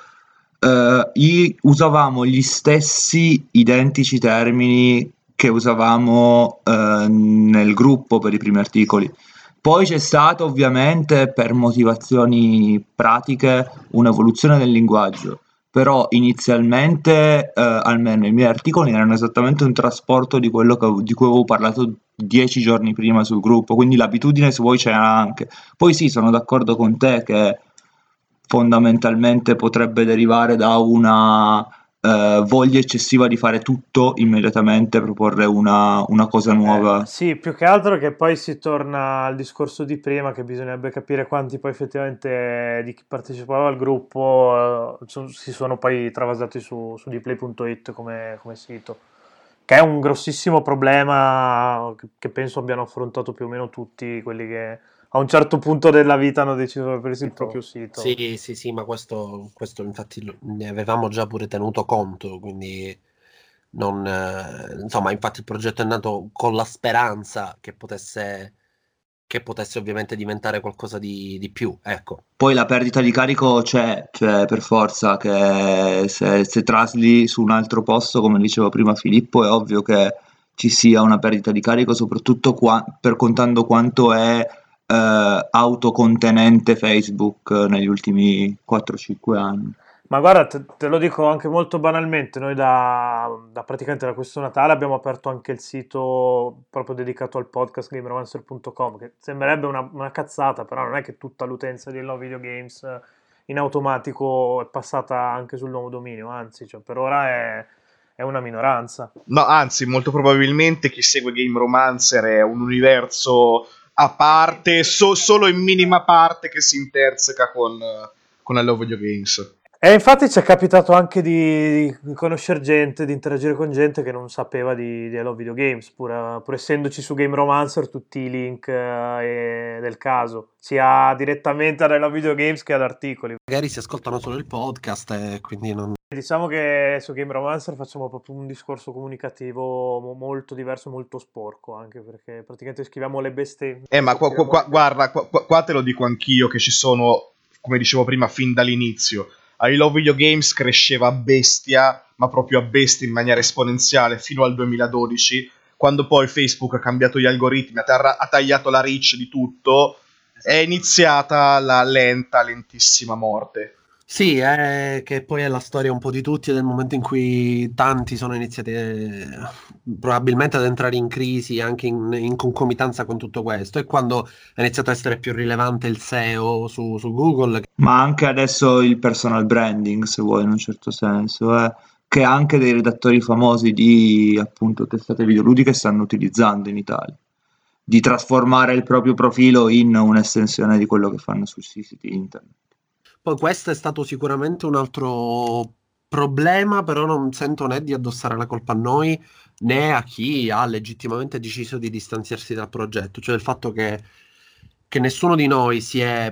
[SPEAKER 5] usavamo gli stessi identici termini che usavamo nel gruppo per i primi articoli. Poi c'è stata ovviamente per motivazioni pratiche un'evoluzione del linguaggio, però inizialmente almeno i miei articoli erano esattamente un trasporto di quello di cui avevo parlato 10 giorni prima sul gruppo, quindi l'abitudine se vuoi c'era anche. Poi sì, sono d'accordo con te che fondamentalmente potrebbe derivare da una voglia eccessiva di fare tutto immediatamente, proporre una cosa nuova.
[SPEAKER 2] Sì, più che altro che poi si torna al discorso di prima, che bisognerebbe capire quanti poi effettivamente di chi partecipava al gruppo si sono poi travasati su dplay.it come sito, che è un grossissimo problema che penso abbiano affrontato più o meno tutti quelli che a un certo punto della vita hanno deciso di aprirsi il proprio sito.
[SPEAKER 3] Sì, ma questo infatti ne avevamo già pure tenuto conto, quindi non, insomma, infatti il progetto è nato con la speranza che potesse ovviamente diventare qualcosa di più, ecco.
[SPEAKER 5] Poi la perdita di carico c'è, cioè per forza che se trasli su un altro posto, come diceva prima Filippo, è ovvio che ci sia una perdita di carico, soprattutto per contando quanto è autocontenente Facebook negli ultimi 4-5 anni.
[SPEAKER 2] Ma guarda, te lo dico anche molto banalmente, noi da praticamente da questo Natale abbiamo aperto anche il sito proprio dedicato al podcast gameromancer.com, che sembrerebbe una cazzata, però non è che tutta l'utenza di Love Video Games in automatico è passata anche sul nuovo dominio, anzi, cioè, per ora è una minoranza.
[SPEAKER 4] No, anzi, molto probabilmente chi segue Game Romancer è un universo a parte, solo in minima parte che si interseca con la Love Video Games.
[SPEAKER 2] E infatti ci è capitato anche di conoscere gente, di interagire con gente che non sapeva di Hello Video Games, pur essendoci su Game Romancer tutti i link del caso, sia direttamente ad Hello Video Games che ad articoli.
[SPEAKER 3] Magari si ascoltano solo il podcast e quindi non...
[SPEAKER 2] Diciamo che su Game Romancer facciamo proprio un discorso comunicativo molto diverso, molto sporco, anche perché praticamente scriviamo le bestemmie.
[SPEAKER 4] Ma guarda, qua te lo dico anch'io che ci sono, come dicevo prima, fin dall'inizio. I Love Video Games cresceva a bestia, ma proprio a bestia in maniera esponenziale fino al 2012, quando poi Facebook ha cambiato gli algoritmi, ha tagliato la reach di tutto, è iniziata la lentissima morte.
[SPEAKER 3] Sì, che poi è la storia un po' di tutti, del momento in cui tanti sono iniziati probabilmente ad entrare in crisi anche in concomitanza con tutto questo, e quando è iniziato a essere più rilevante il SEO su Google.
[SPEAKER 5] Ma anche adesso il personal branding, se vuoi, in un certo senso, che anche dei redattori famosi di appunto testate videoludiche stanno utilizzando in Italia, di trasformare il proprio profilo in un'estensione di quello che fanno sui siti internet.
[SPEAKER 3] Poi questo è stato sicuramente un altro problema, però non sento né di addossare la colpa a noi né a chi ha legittimamente deciso di distanziarsi dal progetto, cioè il fatto che nessuno di noi si è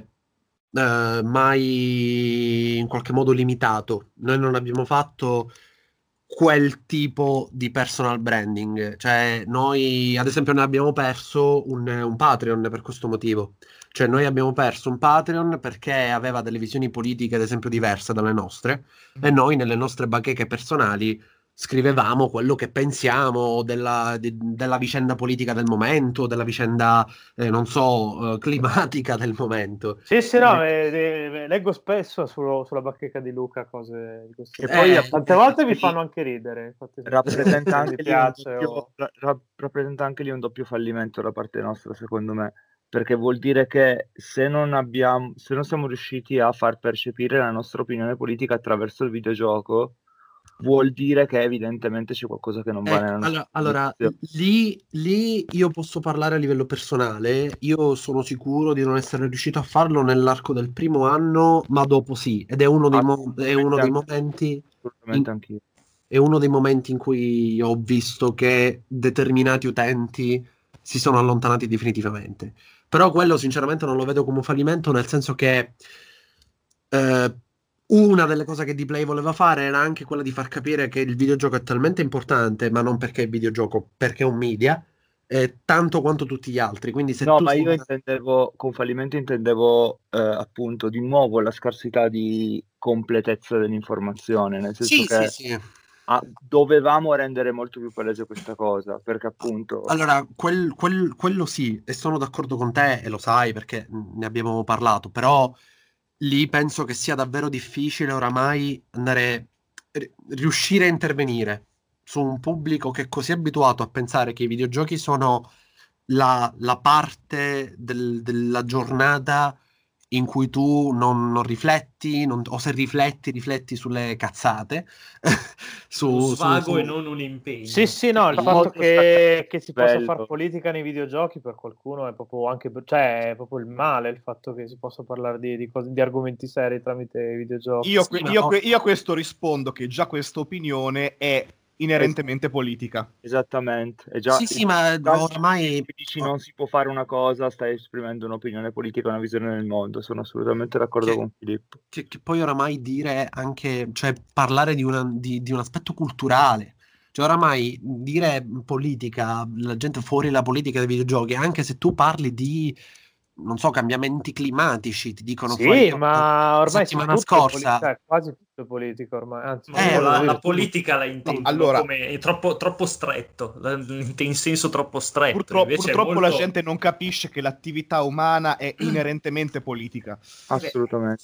[SPEAKER 3] mai in qualche modo limitato. Noi non abbiamo fatto quel tipo di personal branding, cioè noi ad esempio ne abbiamo perso un Patreon per questo motivo. Cioè noi abbiamo perso un Patreon perché aveva delle visioni politiche ad esempio diverse dalle nostre, e noi nelle nostre bacheche personali scrivevamo quello che pensiamo della vicenda politica del momento, della vicenda, non so, climatica del momento.
[SPEAKER 2] Sì, sì, no, leggo spesso sulla bacheca di Luca cose di questo
[SPEAKER 6] Che
[SPEAKER 2] tipo.
[SPEAKER 6] poi
[SPEAKER 2] Tante volte mi fanno anche ridere. Infatti,
[SPEAKER 6] rappresenta
[SPEAKER 2] se non
[SPEAKER 6] anche
[SPEAKER 2] ti
[SPEAKER 6] lì un
[SPEAKER 2] piace
[SPEAKER 6] doppio, rappresenta anche lì un doppio fallimento da parte nostra, secondo me, perché vuol dire che se non siamo riusciti a far percepire la nostra opinione politica attraverso il videogioco, vuol dire che evidentemente c'è qualcosa che non va
[SPEAKER 3] Ecco,
[SPEAKER 6] nella nostra
[SPEAKER 3] allora,
[SPEAKER 6] posizione.
[SPEAKER 3] lì io posso parlare a livello personale. Io sono sicuro di non essere riuscito a farlo nell'arco del primo anno, ma dopo sì. Ed è uno è uno dei momenti
[SPEAKER 6] Assolutamente anch'io.
[SPEAKER 3] è uno dei momenti in cui ho visto che determinati utenti si sono allontanati definitivamente. Però quello sinceramente non lo vedo come un fallimento, nel senso che eh, una delle cose che Dplay voleva fare era anche quella di far capire che il videogioco è talmente importante, ma non perché è il videogioco, perché è un media, tanto quanto tutti gli altri. Quindi se
[SPEAKER 6] No,
[SPEAKER 3] tu
[SPEAKER 6] ma
[SPEAKER 3] sei
[SPEAKER 6] io intendevo, con fallimento intendevo appunto di nuovo la scarsità di completezza dell'informazione, nel senso
[SPEAKER 3] Sì, sì,
[SPEAKER 6] che
[SPEAKER 3] sì.
[SPEAKER 6] dovevamo rendere molto più palese questa cosa, perché appunto
[SPEAKER 3] Allora, quello sì, e sono d'accordo con te, e lo sai perché ne abbiamo parlato, però lì penso che sia davvero difficile oramai riuscire a intervenire su un pubblico che è così abituato a pensare che i videogiochi sono la parte della giornata in cui tu non rifletti, o se rifletti, rifletti sulle cazzate,
[SPEAKER 1] Uno
[SPEAKER 3] su, su,
[SPEAKER 1] svago e
[SPEAKER 3] su-
[SPEAKER 1] non un impegno.
[SPEAKER 2] Sì, sì, no, il
[SPEAKER 3] Sì.
[SPEAKER 2] fatto
[SPEAKER 6] molto staccato
[SPEAKER 2] che si possa fare
[SPEAKER 6] livello.
[SPEAKER 2] politica nei videogiochi per qualcuno è proprio anche, cioè, è proprio il male, il fatto che si possa parlare di cose, di argomenti seri tramite i videogiochi.
[SPEAKER 3] Sì, ma
[SPEAKER 8] Io a questo rispondo che già questa opinione è inerentemente politica.
[SPEAKER 6] Esattamente, è già
[SPEAKER 3] sì, sì, ma oramai
[SPEAKER 6] dici non si può fare una cosa, stai esprimendo un'opinione politica, una visione del mondo. Sono assolutamente d'accordo
[SPEAKER 3] che,
[SPEAKER 6] con Filippo.
[SPEAKER 3] che poi oramai dire anche, cioè parlare di un aspetto culturale, cioè oramai dire politica, la gente fuori la politica dei videogiochi, anche se tu parli di, non so, cambiamenti climatici, ti dicono fuori.
[SPEAKER 2] Sì,
[SPEAKER 3] Io,
[SPEAKER 2] ma
[SPEAKER 3] la
[SPEAKER 2] ormai sì,
[SPEAKER 3] settimana
[SPEAKER 2] tutto è politica,
[SPEAKER 3] scorsa,
[SPEAKER 2] cioè, quasi tutto è politica ormai, anzi,
[SPEAKER 1] Ma uno
[SPEAKER 2] molto
[SPEAKER 1] la
[SPEAKER 2] di più.
[SPEAKER 1] politica la
[SPEAKER 8] No,
[SPEAKER 1] intendono
[SPEAKER 8] allora,
[SPEAKER 1] come è troppo stretto, in senso troppo stretto, invece è
[SPEAKER 8] purtroppo la
[SPEAKER 1] molto...
[SPEAKER 8] gente non capisce che l'attività umana è inerentemente politica.
[SPEAKER 6] Assolutamente.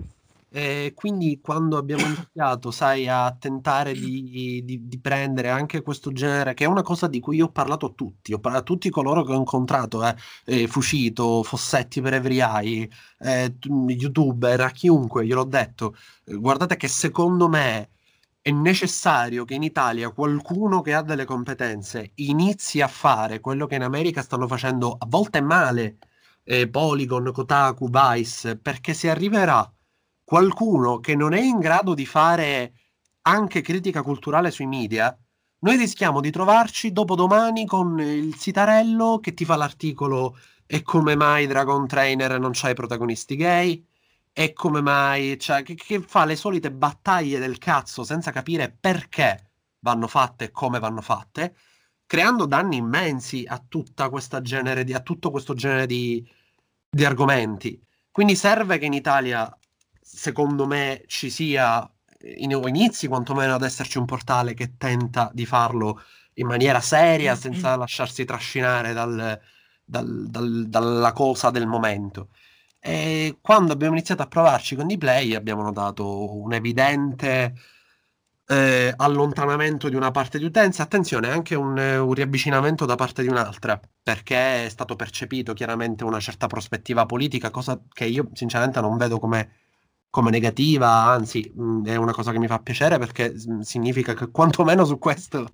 [SPEAKER 3] Quindi quando abbiamo iniziato, sai, a tentare di prendere anche questo genere, che è una cosa di cui io ho parlato a tutti, ho parlato a tutti coloro che ho incontrato, Fucito, Fossetti per Every Eye, YouTuber, a chiunque, gliel'ho detto, guardate che secondo me è necessario che in Italia qualcuno che ha delle competenze inizi a fare quello che in America stanno facendo a volte male, Polygon, Kotaku, Vice, perché se arriverà qualcuno che non è in grado di fare anche critica culturale sui media, noi rischiamo di trovarci dopodomani con il sitarello che ti fa l'articolo e come mai Dragon Trainer non c'ha i protagonisti gay? E come mai, cioè, che fa le solite battaglie del cazzo senza capire perché vanno fatte e come vanno fatte, creando danni immensi a a tutto questo genere di argomenti. Quindi serve che in Italia, secondo me, ci sia, o inizi quantomeno ad esserci un portale che tenta di farlo in maniera seria, senza lasciarsi trascinare dalla cosa del momento. E quando abbiamo iniziato a provarci con i play abbiamo notato un evidente allontanamento di una parte di utenza, attenzione, anche un riavvicinamento da parte di un'altra, perché è stato percepito chiaramente una certa prospettiva politica, cosa che io sinceramente non vedo come negativa, anzi, è una cosa che mi fa piacere perché significa che quantomeno su questo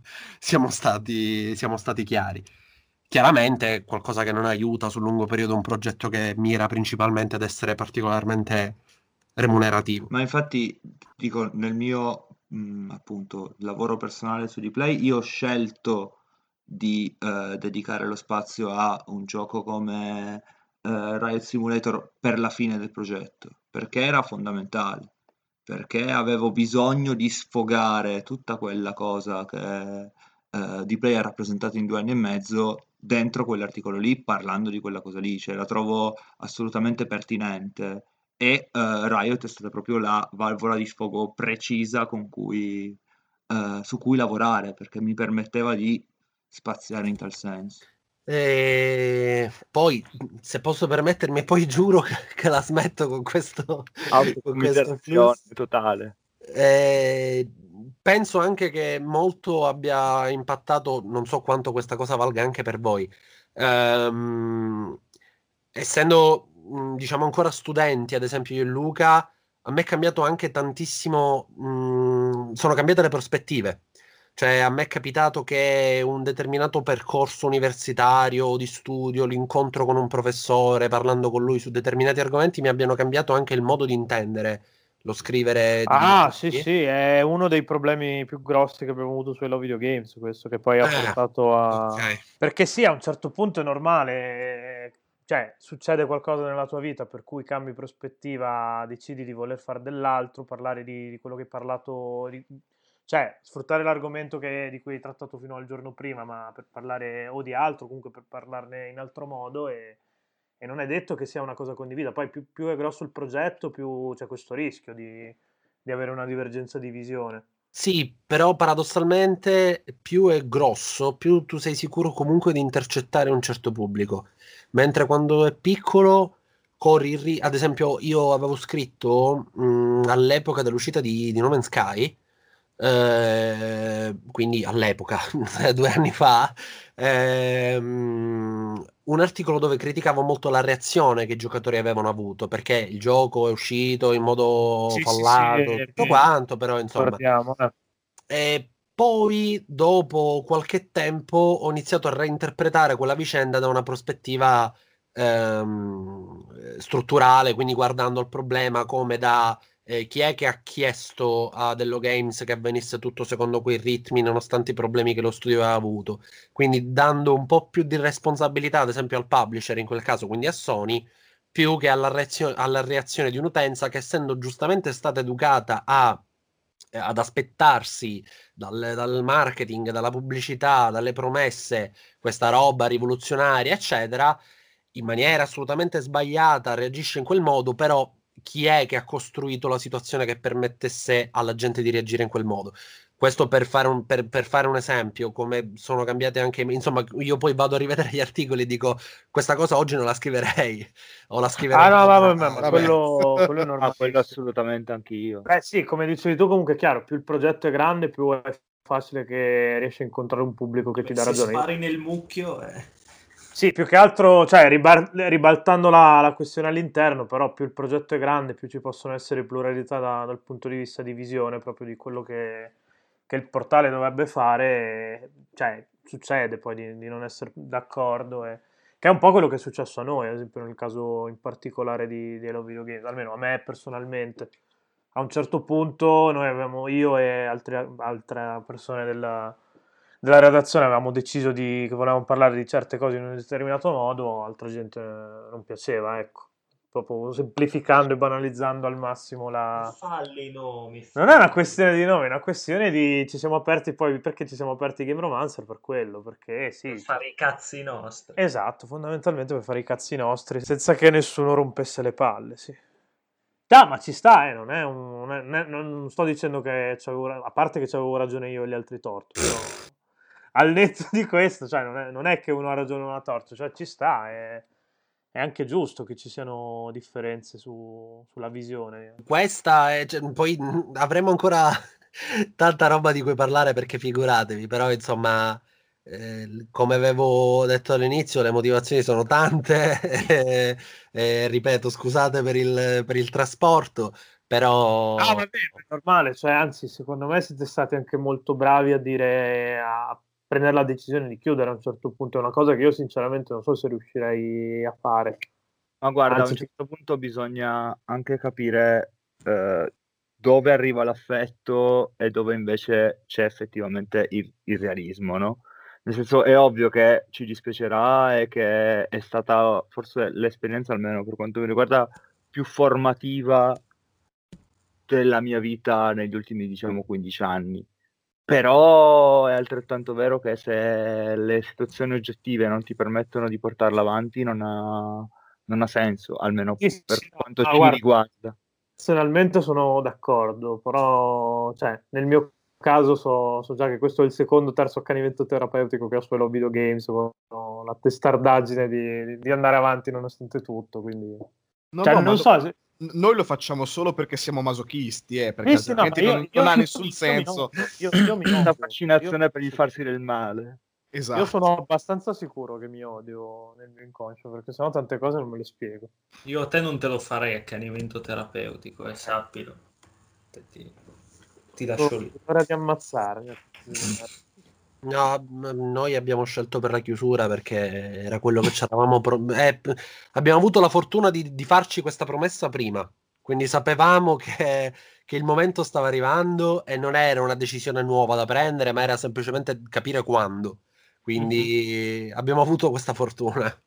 [SPEAKER 3] siamo stati chiari. Chiaramente è qualcosa che non aiuta sul lungo periodo un progetto che mira principalmente ad essere particolarmente remunerativo.
[SPEAKER 5] Ma infatti, dico, nel mio appunto lavoro personale su Dplay, io ho scelto di dedicare lo spazio a un gioco come Riot Simulator per la fine del progetto, perché era fondamentale, perché avevo bisogno di sfogare tutta quella cosa che Dplay ha rappresentato in 2 anni e mezzo dentro quell'articolo lì, parlando di quella cosa lì, cioè la trovo assolutamente pertinente e Riot è stata proprio la valvola di sfogo precisa con cui su cui lavorare, perché mi permetteva di spaziare in tal senso.
[SPEAKER 3] E poi, se posso permettermi, poi giuro che la smetto con questo
[SPEAKER 6] Autocommiserazione
[SPEAKER 3] flusso.
[SPEAKER 6] totale.
[SPEAKER 3] Penso anche che molto abbia impattato, non so quanto questa cosa valga anche per voi. Essendo, diciamo, ancora studenti, ad esempio io e Luca, a me è cambiato anche tantissimo, sono cambiate le prospettive. Cioè, a me è capitato che un determinato percorso universitario o di studio, l'incontro con un professore, parlando con lui su determinati argomenti, mi abbiano cambiato anche il modo di intendere lo scrivere di
[SPEAKER 2] Ah, sì,
[SPEAKER 3] videogiochi.
[SPEAKER 2] sì, è uno dei problemi più grossi che abbiamo avuto su Hello Video Games, questo che poi ha portato a...
[SPEAKER 3] Ok.
[SPEAKER 2] Perché sì, a un certo punto è normale, cioè succede qualcosa nella tua vita per cui cambi prospettiva, decidi di voler fare dell'altro, parlare di quello che hai parlato, cioè sfruttare l'argomento di cui hai trattato fino al giorno prima, ma per parlare o di altro, comunque per parlarne in altro modo e non è detto che sia una cosa condivisa. Poi più è grosso il progetto, più c'è questo rischio di avere una divergenza di visione.
[SPEAKER 3] Sì, però paradossalmente più è grosso, più tu sei sicuro comunque di intercettare un certo pubblico. Mentre quando è piccolo, corri ad esempio, io avevo scritto all'epoca dell'uscita di No Man's Sky, quindi all'epoca, 2 anni fa, un articolo dove criticavo molto la reazione che i giocatori avevano avuto, perché il gioco è uscito in modo
[SPEAKER 2] Sì, sì, sì,
[SPEAKER 3] fallato, tutto quanto, però insomma.
[SPEAKER 2] guardiamo.
[SPEAKER 3] E poi, dopo qualche tempo, ho iniziato a reinterpretare quella vicenda da una prospettiva strutturale, quindi guardando il problema come da chi è che ha chiesto a Dello Games che avvenisse tutto secondo quei ritmi, nonostante i problemi che lo studio aveva avuto. Quindi dando un po' più di responsabilità, ad esempio, al publisher in quel caso, quindi a Sony, più che alla reazione di un'utenza che, essendo giustamente stata educata ad aspettarsi dal marketing, dalla pubblicità, dalle promesse, questa roba rivoluzionaria, eccetera, in maniera assolutamente sbagliata, reagisce in quel modo, però chi è che ha costruito la situazione che permettesse alla gente di reagire in quel modo? Questo per fare un esempio, come sono cambiate anche, insomma, io poi vado a rivedere gli articoli e dico, questa cosa oggi non la scriverei, o la
[SPEAKER 2] Ah
[SPEAKER 3] scriverei
[SPEAKER 2] no,
[SPEAKER 3] come
[SPEAKER 2] vabbè, ma
[SPEAKER 8] Vabbè.
[SPEAKER 2] quello è
[SPEAKER 6] Ah, quello
[SPEAKER 2] normalissimo.
[SPEAKER 6] assolutamente anch'io.
[SPEAKER 2] Beh sì, come dicevi tu, comunque è chiaro, più il progetto è grande, più è facile che riesci a incontrare un pubblico che ti dà
[SPEAKER 1] Se
[SPEAKER 2] ragione.
[SPEAKER 1] spari nel mucchio,
[SPEAKER 2] Sì, più che altro, cioè, ribaltando la questione all'interno, però più il progetto è grande, più ci possono essere pluralità dal punto di vista di visione, proprio di quello che il portale dovrebbe fare, cioè, succede poi di non essere d'accordo, che è un po' quello che è successo a noi, ad esempio nel caso in particolare di Hello Video Games, almeno a me personalmente. A un certo punto noi avevamo, io e altre persone della redazione avevamo deciso che volevamo parlare di certe cose in un determinato modo, altra gente non piaceva, ecco. Proprio semplificando e banalizzando al massimo
[SPEAKER 1] falli i nomi.
[SPEAKER 2] Non è una questione di nome, è una questione di... Ci siamo aperti poi... Perché ci siamo aperti Game Romancer? Per quello, perché sì.
[SPEAKER 1] Per fare i cazzi nostri.
[SPEAKER 2] Esatto, fondamentalmente per fare i cazzi nostri, senza che nessuno rompesse le palle, sì. Ah, ma ci sta, non è non sto dicendo che a parte che c'avevo ragione io e gli altri torto, però al netto di questo, cioè non è che uno ha ragione o uno ha torto, cioè ci sta, è anche giusto che ci siano differenze sulla visione.
[SPEAKER 3] Questa è, poi avremo ancora tanta roba di cui parlare, perché figuratevi, però insomma, come avevo detto all'inizio, le motivazioni sono tante, ripeto, scusate per il trasporto,
[SPEAKER 2] Ah,
[SPEAKER 3] però
[SPEAKER 2] va bene, è normale, cioè, anzi, secondo me siete stati anche molto bravi a prendere la decisione di chiudere a un certo punto, è una cosa che io sinceramente non so se riuscirei a fare.
[SPEAKER 6] Ma guarda, a un
[SPEAKER 2] Anzi,
[SPEAKER 6] certo punto bisogna anche capire dove arriva l'affetto e dove invece c'è effettivamente il realismo, no? Nel senso, è ovvio che ci dispiacerà e che è stata forse l'esperienza, almeno per quanto mi riguarda, più formativa della mia vita negli ultimi, diciamo, 15 anni. Però è altrettanto vero che se le situazioni oggettive non ti permettono di portarla avanti, non ha senso, almeno
[SPEAKER 2] sì,
[SPEAKER 6] per
[SPEAKER 2] sì, no,
[SPEAKER 6] quanto
[SPEAKER 2] no,
[SPEAKER 6] ci
[SPEAKER 2] guarda,
[SPEAKER 6] riguarda.
[SPEAKER 2] personalmente sono d'accordo, però, cioè, nel mio caso so già che questo è il secondo o terzo accanimento terapeutico che ho su Hello Video Games, ho la testardaggine di andare avanti nonostante tutto, quindi...
[SPEAKER 8] No,
[SPEAKER 2] Cioè,
[SPEAKER 8] no,
[SPEAKER 2] non so se...
[SPEAKER 8] noi lo facciamo solo perché siamo masochisti, perché
[SPEAKER 2] Sì, no,
[SPEAKER 8] altrimenti non ha nessun senso.
[SPEAKER 2] Io mi
[SPEAKER 6] Questa
[SPEAKER 2] odio.
[SPEAKER 6] fascinazione per il farsi del male.
[SPEAKER 8] Esatto.
[SPEAKER 2] Io sono abbastanza sicuro che mi odio nel mio inconscio, perché sennò tante cose non me le spiego.
[SPEAKER 1] Io a te non te lo farei accanimento terapeutico, sappilo. Ti lascio lì.
[SPEAKER 2] Ora di ammazzarmi.
[SPEAKER 3] No, noi abbiamo scelto per la chiusura perché era quello che ci eravamo abbiamo avuto la fortuna di farci questa promessa prima, quindi sapevamo che il momento stava arrivando e non era una decisione nuova da prendere, ma era semplicemente capire quando. Quindi abbiamo avuto questa fortuna.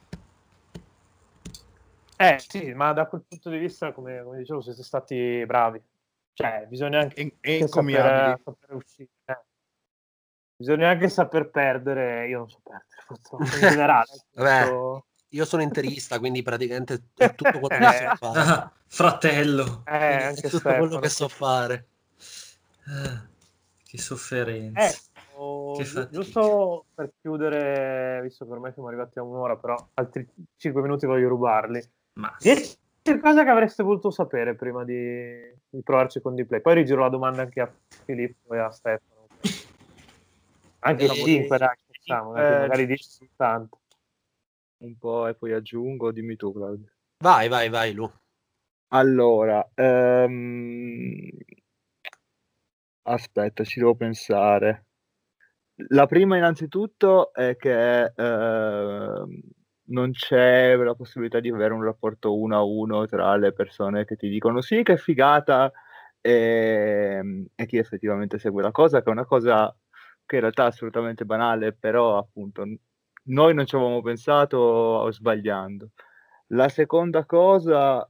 [SPEAKER 2] Sì, ma da quel punto di vista, come dicevo, siete stati bravi. Cioè, bisogna anche
[SPEAKER 8] encomiabili.
[SPEAKER 2] saper uscire. Bisogna anche saper perdere. Io non so perdere, purtroppo, in generale.
[SPEAKER 3] Vabbè, io sono interista, quindi praticamente è tutto quello che so fare.
[SPEAKER 1] Fratello.
[SPEAKER 3] È
[SPEAKER 2] Anche
[SPEAKER 3] tutto
[SPEAKER 2] Stefano,
[SPEAKER 3] quello che so fare.
[SPEAKER 1] Che sofferenza. Che fatica.
[SPEAKER 2] giusto per chiudere, visto che ormai siamo arrivati a un'ora, però altri 5 minuti voglio rubarli.
[SPEAKER 1] Ma
[SPEAKER 2] 10 cose che avreste voluto sapere prima di provarci con Dplay. Poi rigiro la domanda anche a Filippo e a Stefano. Anche 5, dai, facciamo, magari 10 soltanto.
[SPEAKER 6] Un po' e poi aggiungo, dimmi tu, Claudio.
[SPEAKER 3] Vai, Lu.
[SPEAKER 6] Allora, aspetta, ci devo pensare. La prima innanzitutto è che non c'è la possibilità di avere un rapporto 1-1 tra le persone che ti dicono sì, che figata, e chi effettivamente segue la cosa, che è una cosa che in realtà è assolutamente banale, però appunto noi non ci avevamo pensato sbagliando. La seconda cosa,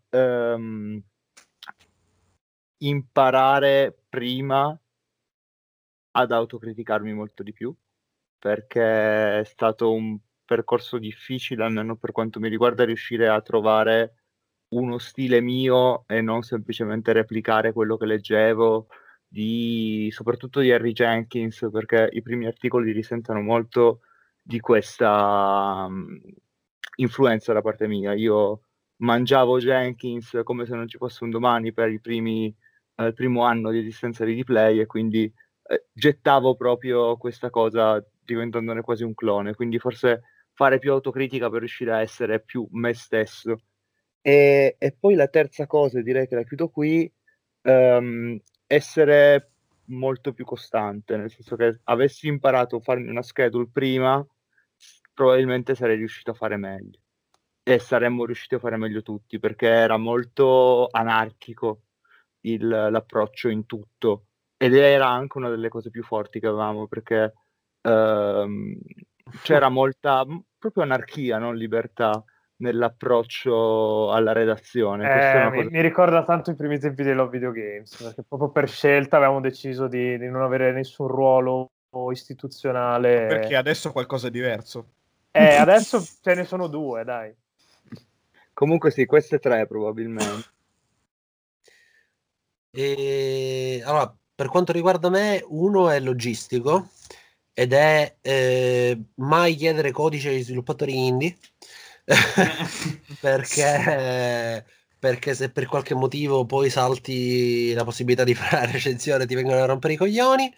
[SPEAKER 6] imparare prima ad autocriticarmi molto di più, perché è stato un percorso difficile, almeno per quanto mi riguarda, riuscire a trovare uno stile mio e non semplicemente replicare quello che leggevo, soprattutto di Harry Jenkins, perché i primi articoli risentono molto di questa influenza da parte mia. Io mangiavo Jenkins come se non ci fosse un domani per il primo anno di esistenza di Dplay, e quindi gettavo proprio questa cosa diventandone quasi un clone, quindi forse fare più autocritica per riuscire a essere più me stesso. E poi la terza cosa, e direi che la chiudo qui, essere molto più costante, nel senso che avessi imparato a farmi una schedule prima, probabilmente sarei riuscito a fare meglio. E saremmo riusciti a fare meglio tutti, perché era molto anarchico l'approccio in tutto. Ed era anche una delle cose più forti che avevamo, perché c'era molta proprio anarchia, non libertà, nell'approccio alla redazione. Questa è una cosa...
[SPEAKER 2] mi ricorda tanto i primi tempi dei Love Video Games, perché proprio per scelta avevamo deciso di non avere nessun ruolo istituzionale.
[SPEAKER 8] Perché adesso è qualcosa di diverso.
[SPEAKER 2] Adesso ce ne sono due, dai.
[SPEAKER 6] Comunque sì, queste tre probabilmente.
[SPEAKER 3] Allora, per quanto riguarda me, uno è logistico ed è mai chiedere codice agli sviluppatori indie perché se per qualche motivo poi salti la possibilità di fare la recensione ti vengono a rompere i coglioni.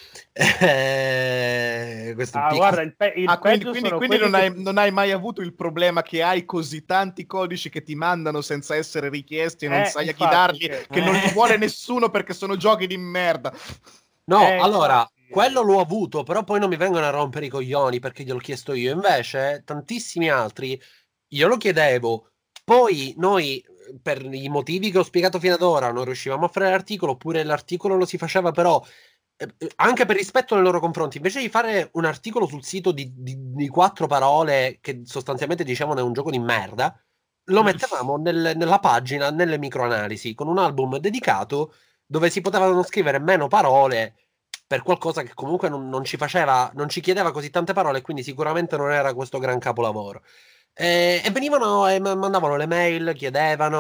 [SPEAKER 3] Questo
[SPEAKER 2] Guarda,
[SPEAKER 8] quindi non hai mai avuto il problema che hai così tanti codici che ti mandano senza essere richiesti e non sai a chi darli, che non li vuole nessuno perché sono giochi di merda.
[SPEAKER 3] No, allora, quello l'ho avuto, però poi non mi vengono a rompere i coglioni perché gliel'ho chiesto io. Invece, tantissimi altri, io lo chiedevo. Poi noi, per i motivi che ho spiegato fino ad ora, non riuscivamo a fare l'articolo, oppure l'articolo lo si faceva però anche per rispetto nei loro confronti, invece di fare un articolo sul sito di 4 parole che sostanzialmente dicevano è un gioco di merda, lo mettevamo nella pagina, nelle microanalisi, con un album dedicato dove si potevano scrivere meno parole per qualcosa che comunque non ci faceva, non ci chiedeva così tante parole, quindi sicuramente non era questo gran capolavoro. E venivano e mandavano le mail, chiedevano,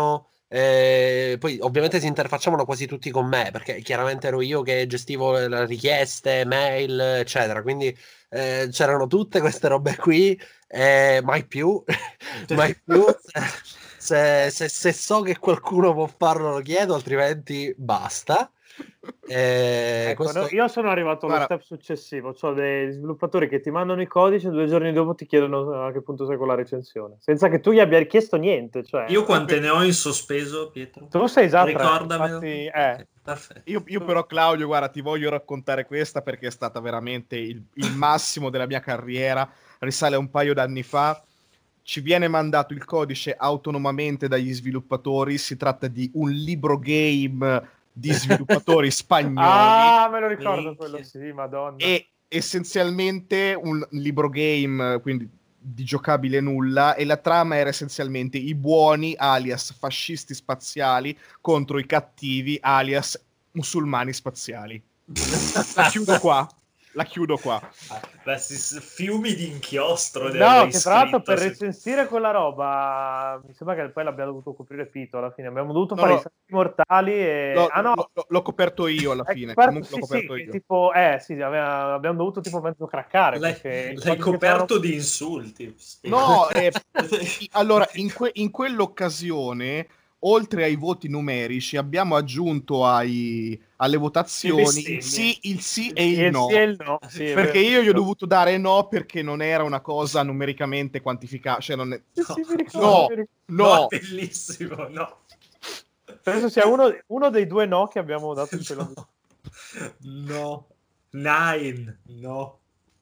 [SPEAKER 3] Poi ovviamente si interfacciavano quasi tutti con me, perché chiaramente ero io che gestivo le richieste, mail, eccetera. Quindi c'erano tutte queste robe qui, mai più, mai più. Se so che qualcuno può farlo, lo chiedo, altrimenti basta.
[SPEAKER 2] Ecco,
[SPEAKER 3] Questo...
[SPEAKER 2] io sono arrivato allo
[SPEAKER 8] Guarda,
[SPEAKER 2] step successivo, cioè dei sviluppatori che ti mandano i codici e 2 giorni dopo ti chiedono a che punto sei con la recensione, senza che tu gli abbia richiesto niente.
[SPEAKER 1] Io
[SPEAKER 2] Cioè,
[SPEAKER 1] quante ne ho in sospeso, Pietro?
[SPEAKER 2] tu sei già 3,
[SPEAKER 1] Ricordamelo.
[SPEAKER 2] infatti,
[SPEAKER 1] Ok, perfetto.
[SPEAKER 8] io però, Claudio, guarda, ti voglio raccontare questa perché è stata veramente il massimo della mia carriera. Risale a un paio d'anni fa. Ci viene mandato il codice autonomamente dagli sviluppatori. Si tratta di un libro game di sviluppatori spagnoli
[SPEAKER 2] me lo ricordo quello,
[SPEAKER 1] Minchia.
[SPEAKER 2] sì, Madonna.
[SPEAKER 8] e essenzialmente un libro game, quindi di giocabile nulla, e la trama era essenzialmente i buoni, alias fascisti spaziali, contro i cattivi, alias musulmani spaziali. La chiudo qua. La chiudo qua.
[SPEAKER 1] Fiumi di inchiostro ne
[SPEAKER 2] No,
[SPEAKER 1] avrei
[SPEAKER 2] che tra l'altro
[SPEAKER 1] scritto,
[SPEAKER 2] per recensire quella roba, mi sembra che poi l'abbia dovuto coprire Pito alla fine. Abbiamo dovuto fare i
[SPEAKER 8] No,
[SPEAKER 2] salti mortali e... Ah no,
[SPEAKER 8] l'ho coperto io alla
[SPEAKER 2] è
[SPEAKER 8] fine.
[SPEAKER 2] coperto,
[SPEAKER 8] Comunque l'ho
[SPEAKER 2] sì, sì,
[SPEAKER 8] coperto
[SPEAKER 2] che
[SPEAKER 8] io.
[SPEAKER 2] tipo, sì, abbiamo dovuto tipo mezzo craccare
[SPEAKER 1] L'hai,
[SPEAKER 2] perché il
[SPEAKER 1] l'hai
[SPEAKER 2] codice che c'erano...
[SPEAKER 1] coperto di insulti.
[SPEAKER 8] No, allora, in quell'occasione, oltre ai voti numerici, abbiamo aggiunto alle
[SPEAKER 1] Le
[SPEAKER 8] votazioni
[SPEAKER 1] bestemmie.
[SPEAKER 8] il sì e il
[SPEAKER 2] Il sì e
[SPEAKER 8] no.
[SPEAKER 2] il no, sì, è
[SPEAKER 8] Perché
[SPEAKER 2] vero.
[SPEAKER 8] io gli ho dovuto dare no perché non era una cosa numericamente quantificata. Cioè non è...
[SPEAKER 2] Sì, sì, mi ricordo,
[SPEAKER 8] No,
[SPEAKER 2] mi ricordo.
[SPEAKER 1] No, è
[SPEAKER 8] no.
[SPEAKER 1] bellissimo, no.
[SPEAKER 2] Penso sia uno dei due no che abbiamo dato in quello.
[SPEAKER 1] No. Nine. No.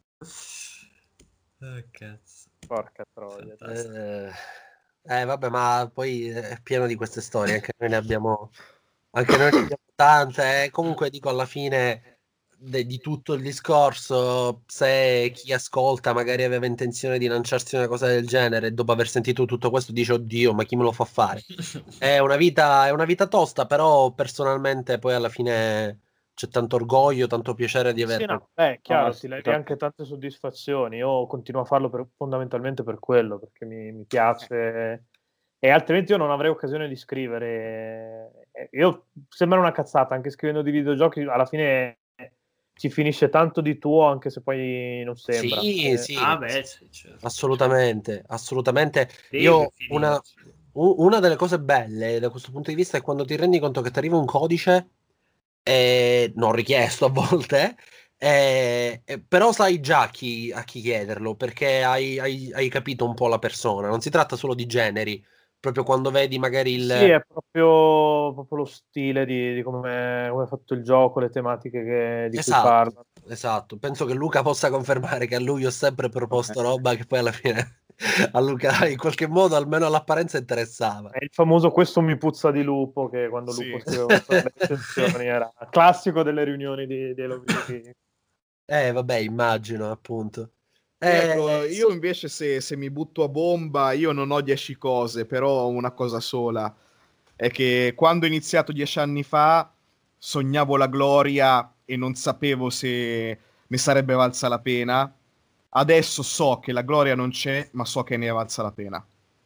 [SPEAKER 1] Cazzo.
[SPEAKER 2] Porca troia.
[SPEAKER 1] Fantastico.
[SPEAKER 3] Vabbè, ma poi è pieno di queste storie, anche noi ne abbiamo tante. Comunque dico alla fine di tutto il discorso, se chi ascolta magari aveva intenzione di lanciarsi una cosa del genere e dopo aver sentito tutto questo dice oddio, ma chi me lo fa fare? È una vita tosta, però personalmente poi alla fine c'è tanto orgoglio, tanto piacere di
[SPEAKER 2] Sì,
[SPEAKER 3] averla.
[SPEAKER 2] no, beh, chiaro, ti levi anche
[SPEAKER 6] Assolutamente.
[SPEAKER 2] tante soddisfazioni. Io continuo a farlo fondamentalmente per quello, perché mi piace e altrimenti io non avrei occasione di scrivere. Io sembra una cazzata, anche scrivendo di videogiochi, alla fine ci finisce tanto di tuo, anche se poi non sembra.
[SPEAKER 3] Sì, sì,
[SPEAKER 1] Ah,
[SPEAKER 3] ma
[SPEAKER 1] beh, sì, certo.
[SPEAKER 3] assolutamente, assolutamente.
[SPEAKER 1] Deve
[SPEAKER 3] Io
[SPEAKER 1] finirci.
[SPEAKER 3] una delle cose belle da questo punto di vista è quando ti rendi conto che ti arriva un codice, non richiesto a volte, però sai già a chi chiederlo, perché hai capito un po' la persona. Non si tratta solo di generi, proprio quando vedi magari
[SPEAKER 2] Sì,
[SPEAKER 3] il...
[SPEAKER 2] è proprio lo stile di come è fatto il gioco, le tematiche di cui
[SPEAKER 3] Esatto,
[SPEAKER 2] parla.
[SPEAKER 3] esatto. Penso che Luca possa confermare che a lui ho sempre proposto roba che poi alla fine a Luca in qualche modo, almeno all'apparenza, interessava.
[SPEAKER 2] È il famoso questo mi puzza di lupo, che quando Lupo
[SPEAKER 8] Sì.
[SPEAKER 2] scriveva le recensioni era classico delle riunioni di Hello Videogame.
[SPEAKER 3] Vabbè, immagino, appunto.
[SPEAKER 8] Ecco, io
[SPEAKER 3] Sì.
[SPEAKER 8] invece se mi butto a bomba, io non ho 10 cose, però ho una cosa sola. È che quando ho iniziato 10 anni fa, sognavo la gloria e non sapevo se ne sarebbe valsa la pena. Adesso so che la gloria non c'è, ma so che ne è valsa la pena.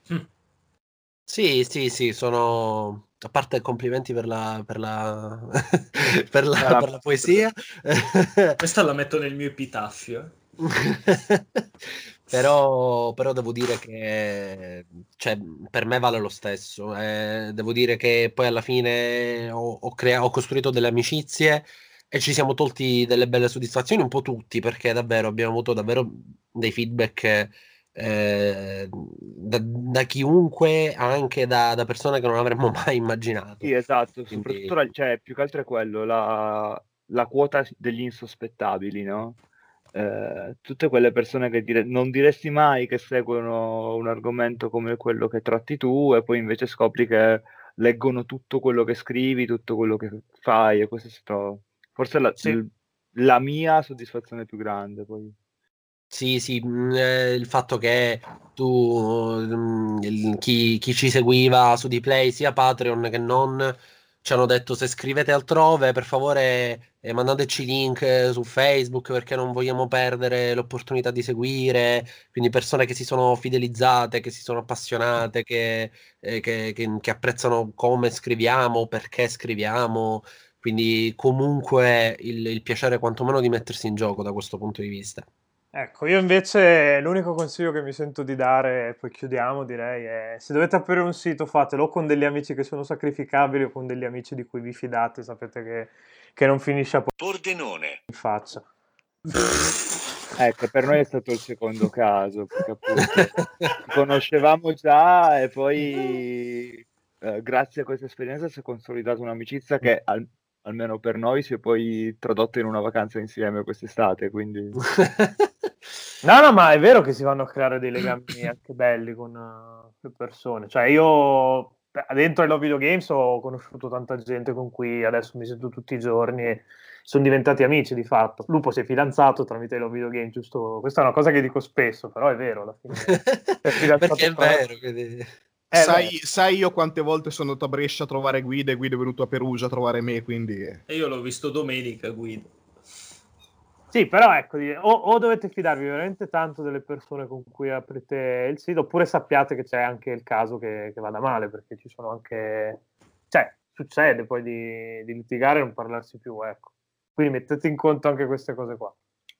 [SPEAKER 3] Sì, sì, sì, sono... A parte complimenti per la poesia.
[SPEAKER 1] Questa la metto nel mio epitaffio.
[SPEAKER 3] Però devo dire che cioè, per me vale lo stesso. Devo dire che poi alla fine ho costruito delle amicizie e ci siamo tolti delle belle soddisfazioni, un po' tutti, perché davvero abbiamo avuto davvero dei feedback da chiunque, anche da persone che non avremmo mai immaginato.
[SPEAKER 6] Sì, esatto,
[SPEAKER 3] Quindi,
[SPEAKER 6] soprattutto cioè, più che altro è quello, la quota degli insospettabili, no? Tutte quelle persone che non diresti mai che seguono un argomento come quello che tratti tu e poi invece scopri che leggono tutto quello che scrivi, tutto quello che fai e questo è stato forse
[SPEAKER 1] Sì.
[SPEAKER 6] la mia soddisfazione più grande poi.
[SPEAKER 3] sì, sì, il fatto che tu, chi ci seguiva su Dplay, sia Patreon che non, ci hanno detto se scrivete altrove per favore mandateci link su Facebook perché non vogliamo perdere l'opportunità di seguire, quindi persone che si sono fidelizzate, che si sono appassionate, che apprezzano come scriviamo, perché scriviamo, quindi comunque il piacere quantomeno di mettersi in gioco da questo punto di vista.
[SPEAKER 2] Ecco, io invece l'unico consiglio che mi sento di dare, e poi chiudiamo, direi, è se dovete aprire un sito fatelo con degli amici che sono sacrificabili o con degli amici di cui vi fidate, sapete che non finisce a
[SPEAKER 9] Pordenone.
[SPEAKER 2] in faccia.
[SPEAKER 6] Ecco, per noi è stato il secondo caso, perché appunto ci conoscevamo già e poi grazie a questa esperienza si è consolidata un'amicizia che almeno per noi si è poi tradotta in una vacanza insieme quest'estate, quindi...
[SPEAKER 2] No, ma è vero che si vanno a creare dei legami anche belli con le persone. Cioè, io dentro ai Love Video Games ho conosciuto tanta gente con cui adesso mi sento tutti i giorni e sono diventati amici di fatto. Lupo si è fidanzato tramite i Love Video Games, giusto? Questa è una cosa che dico spesso, però è vero alla fine.
[SPEAKER 3] Perché è vero. Quindi...
[SPEAKER 8] sai io quante volte sono andato a Brescia a trovare Guido e Guido è venuto a Perugia a trovare me, quindi...
[SPEAKER 1] E io l'ho visto domenica, Guido.
[SPEAKER 2] Sì, però ecco, o dovete fidarvi veramente tanto delle persone con cui aprite il sito, oppure sappiate che c'è anche il caso che vada male, perché ci sono anche... Cioè, succede poi di litigare e non parlarsi più, ecco. Quindi mettete in conto anche queste cose qua.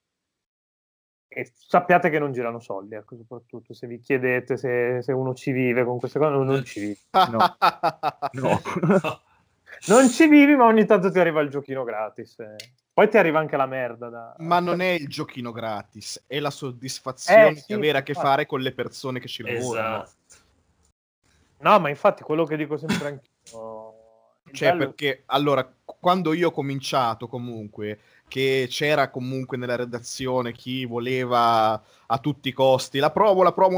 [SPEAKER 2] E sappiate che non girano soldi, ecco, soprattutto se vi chiedete se uno ci vive con queste cose, non ci vive. No. No. Non ci vivi, ma ogni tanto ti arriva il giochino gratis. Poi ti arriva anche la merda.
[SPEAKER 8] Ma non è il giochino gratis, è la soddisfazione
[SPEAKER 2] sì,
[SPEAKER 8] di avere a che
[SPEAKER 2] infatti.
[SPEAKER 8] fare con le persone che ci lavorano.
[SPEAKER 1] Esatto.
[SPEAKER 2] No, ma infatti quello che dico sempre anch'io.
[SPEAKER 8] Cioè, perché allora, quando io ho cominciato comunque, che c'era comunque nella redazione chi voleva a tutti i costi la promo,